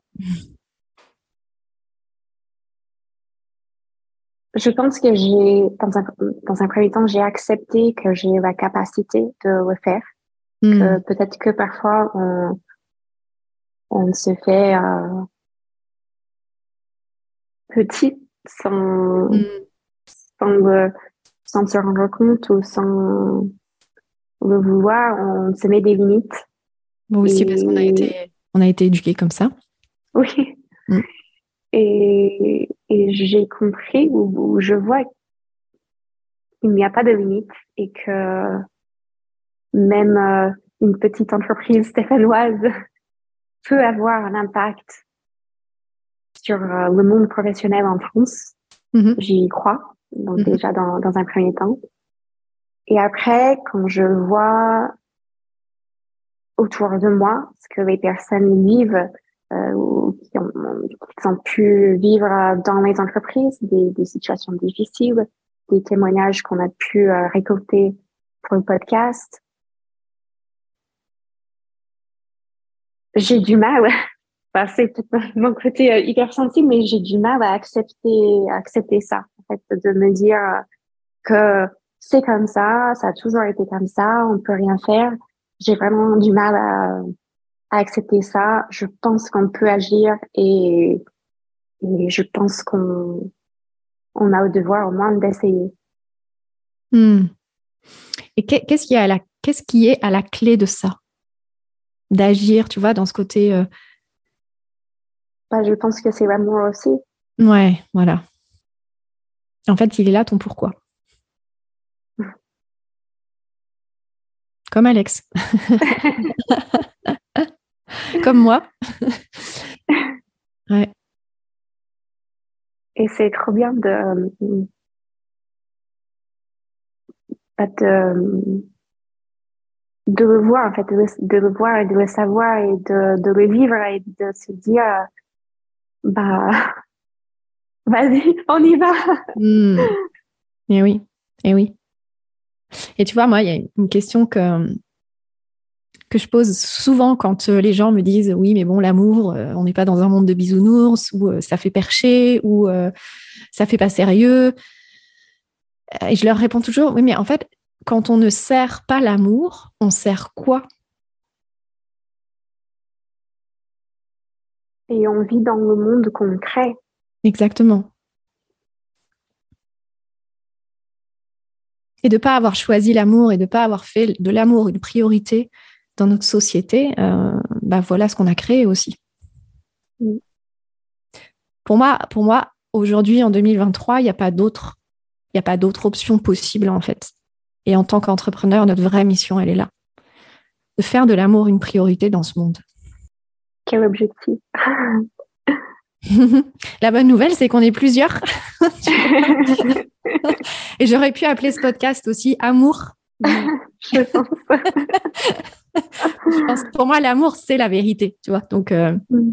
B: Je pense que j'ai, dans un, dans un premier temps, j'ai accepté que j'ai la capacité de le faire, que
A: Hmm.
B: peut-être que parfois on, on se fait euh, petit sans,
A: Hmm.
B: sans, le, sans se rendre compte ou sans le vouloir, on se met des limites.
A: Moi aussi, parce qu'on a
B: Et
A: été, on a été éduqués comme ça.
B: oui,
A: Hmm.
B: et, et j'ai compris ou, ou je vois qu'il n'y a pas de limite et que même euh, une petite entreprise stéphanoise peut avoir un impact sur euh, le monde professionnel en France. Mm-hmm. J'y crois, donc mm-hmm. déjà dans, dans un premier temps. Et après, quand je vois autour de moi ce que les personnes vivent euh, ou qui ont, qui ont pu vivre dans les entreprises, des, des situations difficiles, des témoignages qu'on a pu euh, récolter pour le podcast, j'ai du mal. Enfin, c'est peut-être mon côté euh, hypersensible, mais j'ai du mal à accepter, à accepter ça. En fait, de me dire que c'est comme ça, ça a toujours été comme ça, on peut rien faire. J'ai vraiment du mal à, à accepter ça. Je pense qu'on peut agir et, et je pense qu'on on a le devoir au moins d'essayer.
A: Hmm. Et qu'est-ce qui est à la, qu'est-ce qui est à la clé de ça? D'agir, tu vois, dans ce côté... Euh...
B: Bah, je pense que c'est l'amour aussi.
A: Ouais, voilà. En fait, il est là ton pourquoi. Comme Alex. Comme moi. Ouais.
B: Et c'est trop bien de, de, de le voir, en fait, de le, de le voir et de le savoir et de, de le vivre et de se dire, bah, vas-y, on y va.
A: Mmh. Et oui, et oui. Et tu vois, moi, il y a une question que, que je pose souvent quand les gens me disent « Oui, mais bon, l'amour, euh, on n'est pas dans un monde de bisounours, ou euh, ça fait percher, ou euh, ça fait pas sérieux. » Et je leur réponds toujours « Oui, mais en fait, quand on ne sert pas l'amour, on sert quoi ?»
B: Et on vit dans le monde qu'on crée.
A: Exactement. Et de ne pas avoir choisi l'amour et de ne pas avoir fait de l'amour une priorité dans notre société, euh, bah voilà ce qu'on a créé aussi. Mm. Pour moi, pour moi, aujourd'hui, en deux mille vingt-trois, il n'y a pas d'autre, il n'y a pas d'autre option possible, en fait. Et en tant qu'entrepreneur, notre vraie mission, elle est là. De faire de l'amour une priorité dans ce monde.
B: Quel objectif.
A: La bonne nouvelle, c'est qu'on est plusieurs. Et j'aurais pu appeler ce podcast aussi Amour.
B: Je pense.
A: Je pense que pour moi, l'amour, c'est la vérité, tu vois. Donc, euh... mm.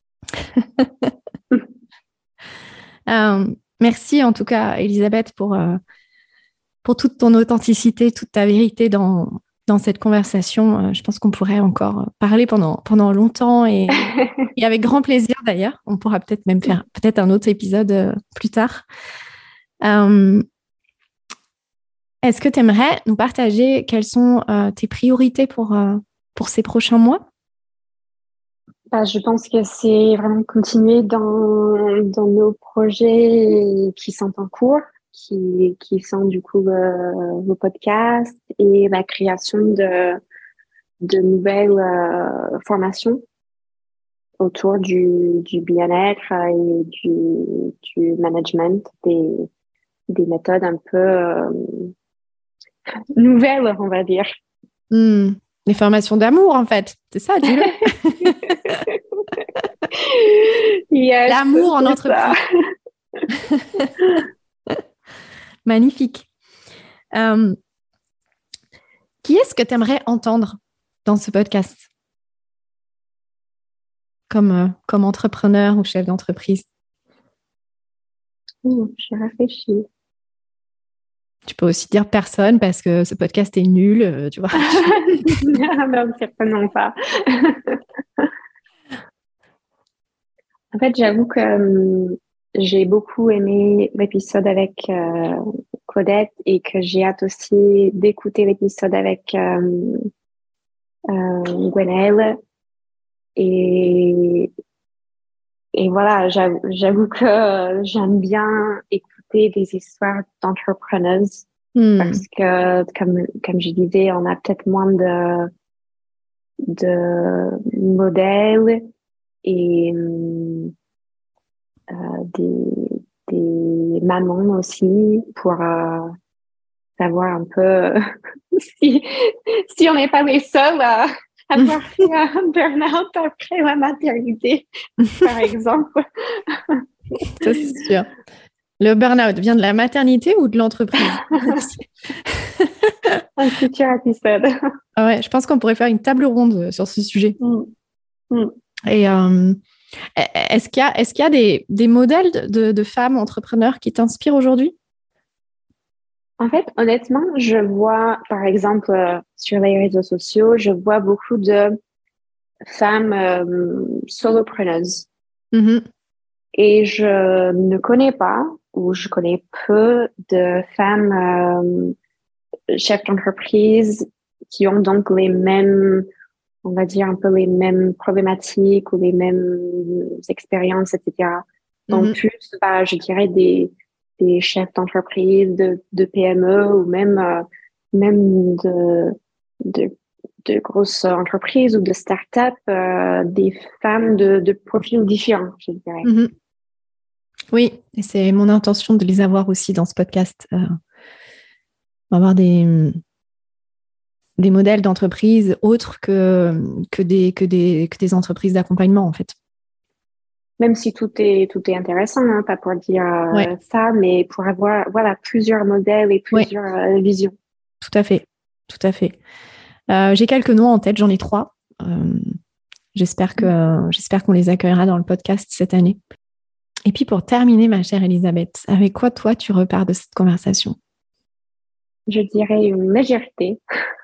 A: euh, merci en tout cas, Elisabeth, pour, euh, pour toute ton authenticité, toute ta vérité dans, dans cette conversation. Euh, je pense qu'on pourrait encore parler pendant, pendant longtemps et, et avec grand plaisir d'ailleurs. On pourra peut-être même faire peut-être un autre épisode euh, plus tard. Euh, Est-ce que tu aimerais nous partager quelles sont euh, tes priorités pour, euh, pour ces prochains mois?
B: Bah, je pense que c'est vraiment continuer dans, dans nos projets qui sont en cours, qui, qui sont du coup le, le podcast et la création de, de nouvelles euh, formations autour du, du bien-être et du, du management, des, des méthodes un peu euh, nouvelles, on va dire.
A: Mmh. Les formations d'amour, en fait. C'est ça, dis-le.
B: Yes,
A: l'amour en entreprise. Magnifique. Euh, qui est-ce que tu aimerais entendre dans ce podcast comme, euh, comme entrepreneur ou chef d'entreprise?
B: Mmh, j'ai réfléchi.
A: Tu peux aussi dire personne parce que ce podcast est nul, euh, tu vois.
B: Non, certainement pas. En fait, j'avoue que euh, j'ai beaucoup aimé l'épisode avec euh, Claudette et que j'ai hâte aussi d'écouter l'épisode avec euh, euh, Gwenaëlle. Et, et voilà, j'avoue, j'avoue que j'aime bien écouter des histoires d'entrepreneurs hmm. parce que, comme, comme je disais, on a peut-être moins de, de modèles et euh, des, des mamans aussi pour, euh, savoir un peu si, si on n'est pas les seuls à avoir fait un burn-out après la maternité, par exemple.
A: Ça, c'est sûr. Le burn-out vient de la maternité ou de l'entreprise?
B: Un futur épisode.
A: Ah ouais, je pense qu'on pourrait faire une table ronde sur ce sujet.
B: Mm. Mm.
A: Et euh, est-ce qu'il y a, est-ce qu'il y a des, des modèles de, de femmes entrepreneurs qui t'inspirent aujourd'hui?
B: En fait, honnêtement, je vois, par exemple, euh, sur les réseaux sociaux, je vois beaucoup de femmes euh, solopreneuses.
A: Mm-hmm.
B: Et je ne connais pas, ou je connais peu de femmes euh, chefs d'entreprise qui ont donc les mêmes, on va dire un peu les mêmes problématiques ou les mêmes expériences, et cetera. Donc mm-hmm. plus, bah, je dirais des des chefs d'entreprise, de, de P M E ou même euh, même de, de de grosses entreprises ou de start-up, euh, des femmes de, de profils différents, je dirais.
A: Mm-hmm. Oui, et c'est mon intention de les avoir aussi dans ce podcast. Euh, on va avoir des, des modèles d'entreprise autres que, que, des, que, des, que des entreprises d'accompagnement, en fait.
B: Même si tout est, tout est intéressant, hein, pas pour dire euh,
A: ouais.
B: ça, mais pour avoir voilà, plusieurs modèles et plusieurs ouais. euh, visions.
A: Tout à fait, tout à fait. Euh, j'ai quelques noms en tête, j'en ai trois. Euh, j'espère que, euh, j'espère qu'on les accueillera dans le podcast cette année. Et puis pour terminer, ma chère Elisabeth, avec quoi toi tu repars de cette conversation?
B: Je dirais une légèreté.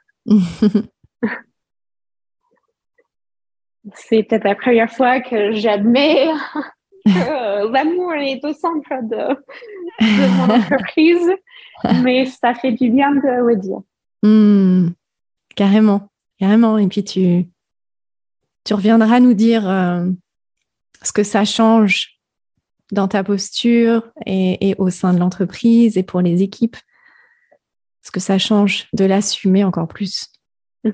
B: C'est peut-être la première fois que j'admets que l'amour est au centre de, de mon entreprise, mais ça fait du bien de le dire.
A: Mmh, carrément, carrément. Et puis tu, tu reviendras nous dire euh, ce que ça change dans ta posture et, et au sein de l'entreprise et pour les équipes. Ce que ça change de l'assumer encore plus. Mm.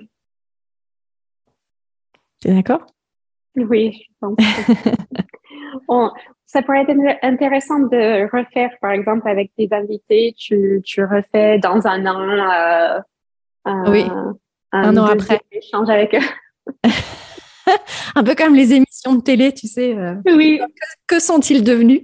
A: T'es d'accord?
B: Oui, je pense. On, ça pourrait être intéressant de refaire, par exemple, avec tes invités, tu, tu refais dans un an euh, un,
A: oui.
B: un,
A: un an après.
B: Échange avec eux.
A: Un peu comme les émissions de télé, tu sais. Euh,
B: oui.
A: Que, que sont-ils devenus?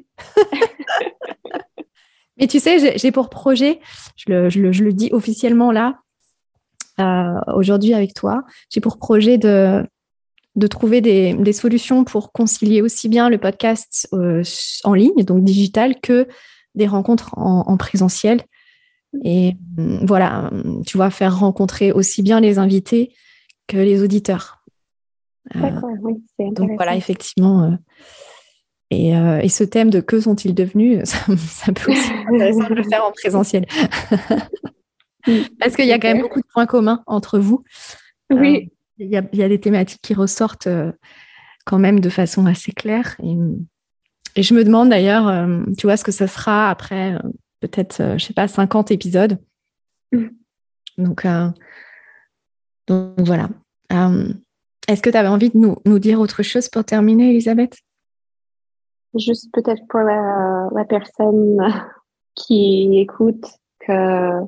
A: Mais tu sais, j'ai, j'ai pour projet, je le, je, le, je le dis officiellement là, euh, aujourd'hui avec toi, j'ai pour projet de, de trouver des, des solutions pour concilier aussi bien le podcast euh, en ligne, donc digital, que des rencontres en, en présentiel. Et euh, voilà, tu vois, faire rencontrer aussi bien les invités que les auditeurs.
B: D'accord, euh, oui, c'est intéressant.
A: Donc voilà, effectivement... Euh, Et, euh, et ce thème de que sont-ils devenus, ça, ça peut aussi être intéressant de le faire en présentiel. Parce qu'il y a quand même beaucoup de points communs entre vous.
B: Oui.
A: Euh, il y a, il y a des thématiques qui ressortent euh, quand même de façon assez claire. Et, et je me demande d'ailleurs, euh, tu vois, ce que ça sera après euh, peut-être, euh, je sais pas, cinquante épisodes. Mm. Donc, euh, donc voilà. Euh, est-ce que tu avais envie de nous, nous dire autre chose pour terminer, Elisabeth?
B: Juste peut-être pour la, la personne qui écoute que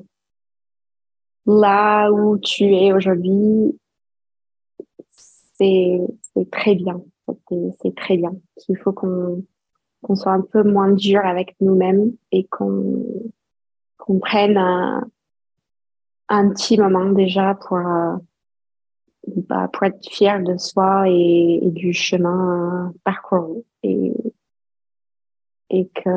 B: là où tu es aujourd'hui, c'est, c'est très bien. C'est, c'est très bien. Il faut qu'on, qu'on soit un peu moins dur avec nous-mêmes et qu'on, qu'on prenne un, un petit moment déjà pour, euh, bah, pour être fier de soi et, et du chemin parcouru. Et, et que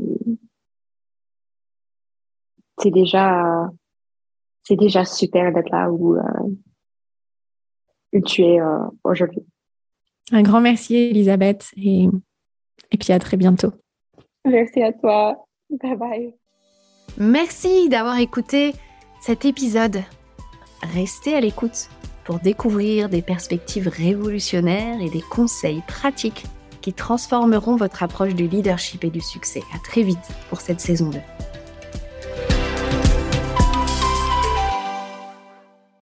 B: c'est déjà c'est déjà super d'être là où, euh, où tu es euh, aujourd'hui.
A: Un grand merci, Elisabeth, et, et puis à très bientôt.
B: Merci à toi. Bye bye.
A: Merci d'avoir écouté cet épisode. Restez à l'écoute pour découvrir des perspectives révolutionnaires et des conseils pratiques qui transformeront votre approche du leadership et du succès. À très vite pour cette saison deux.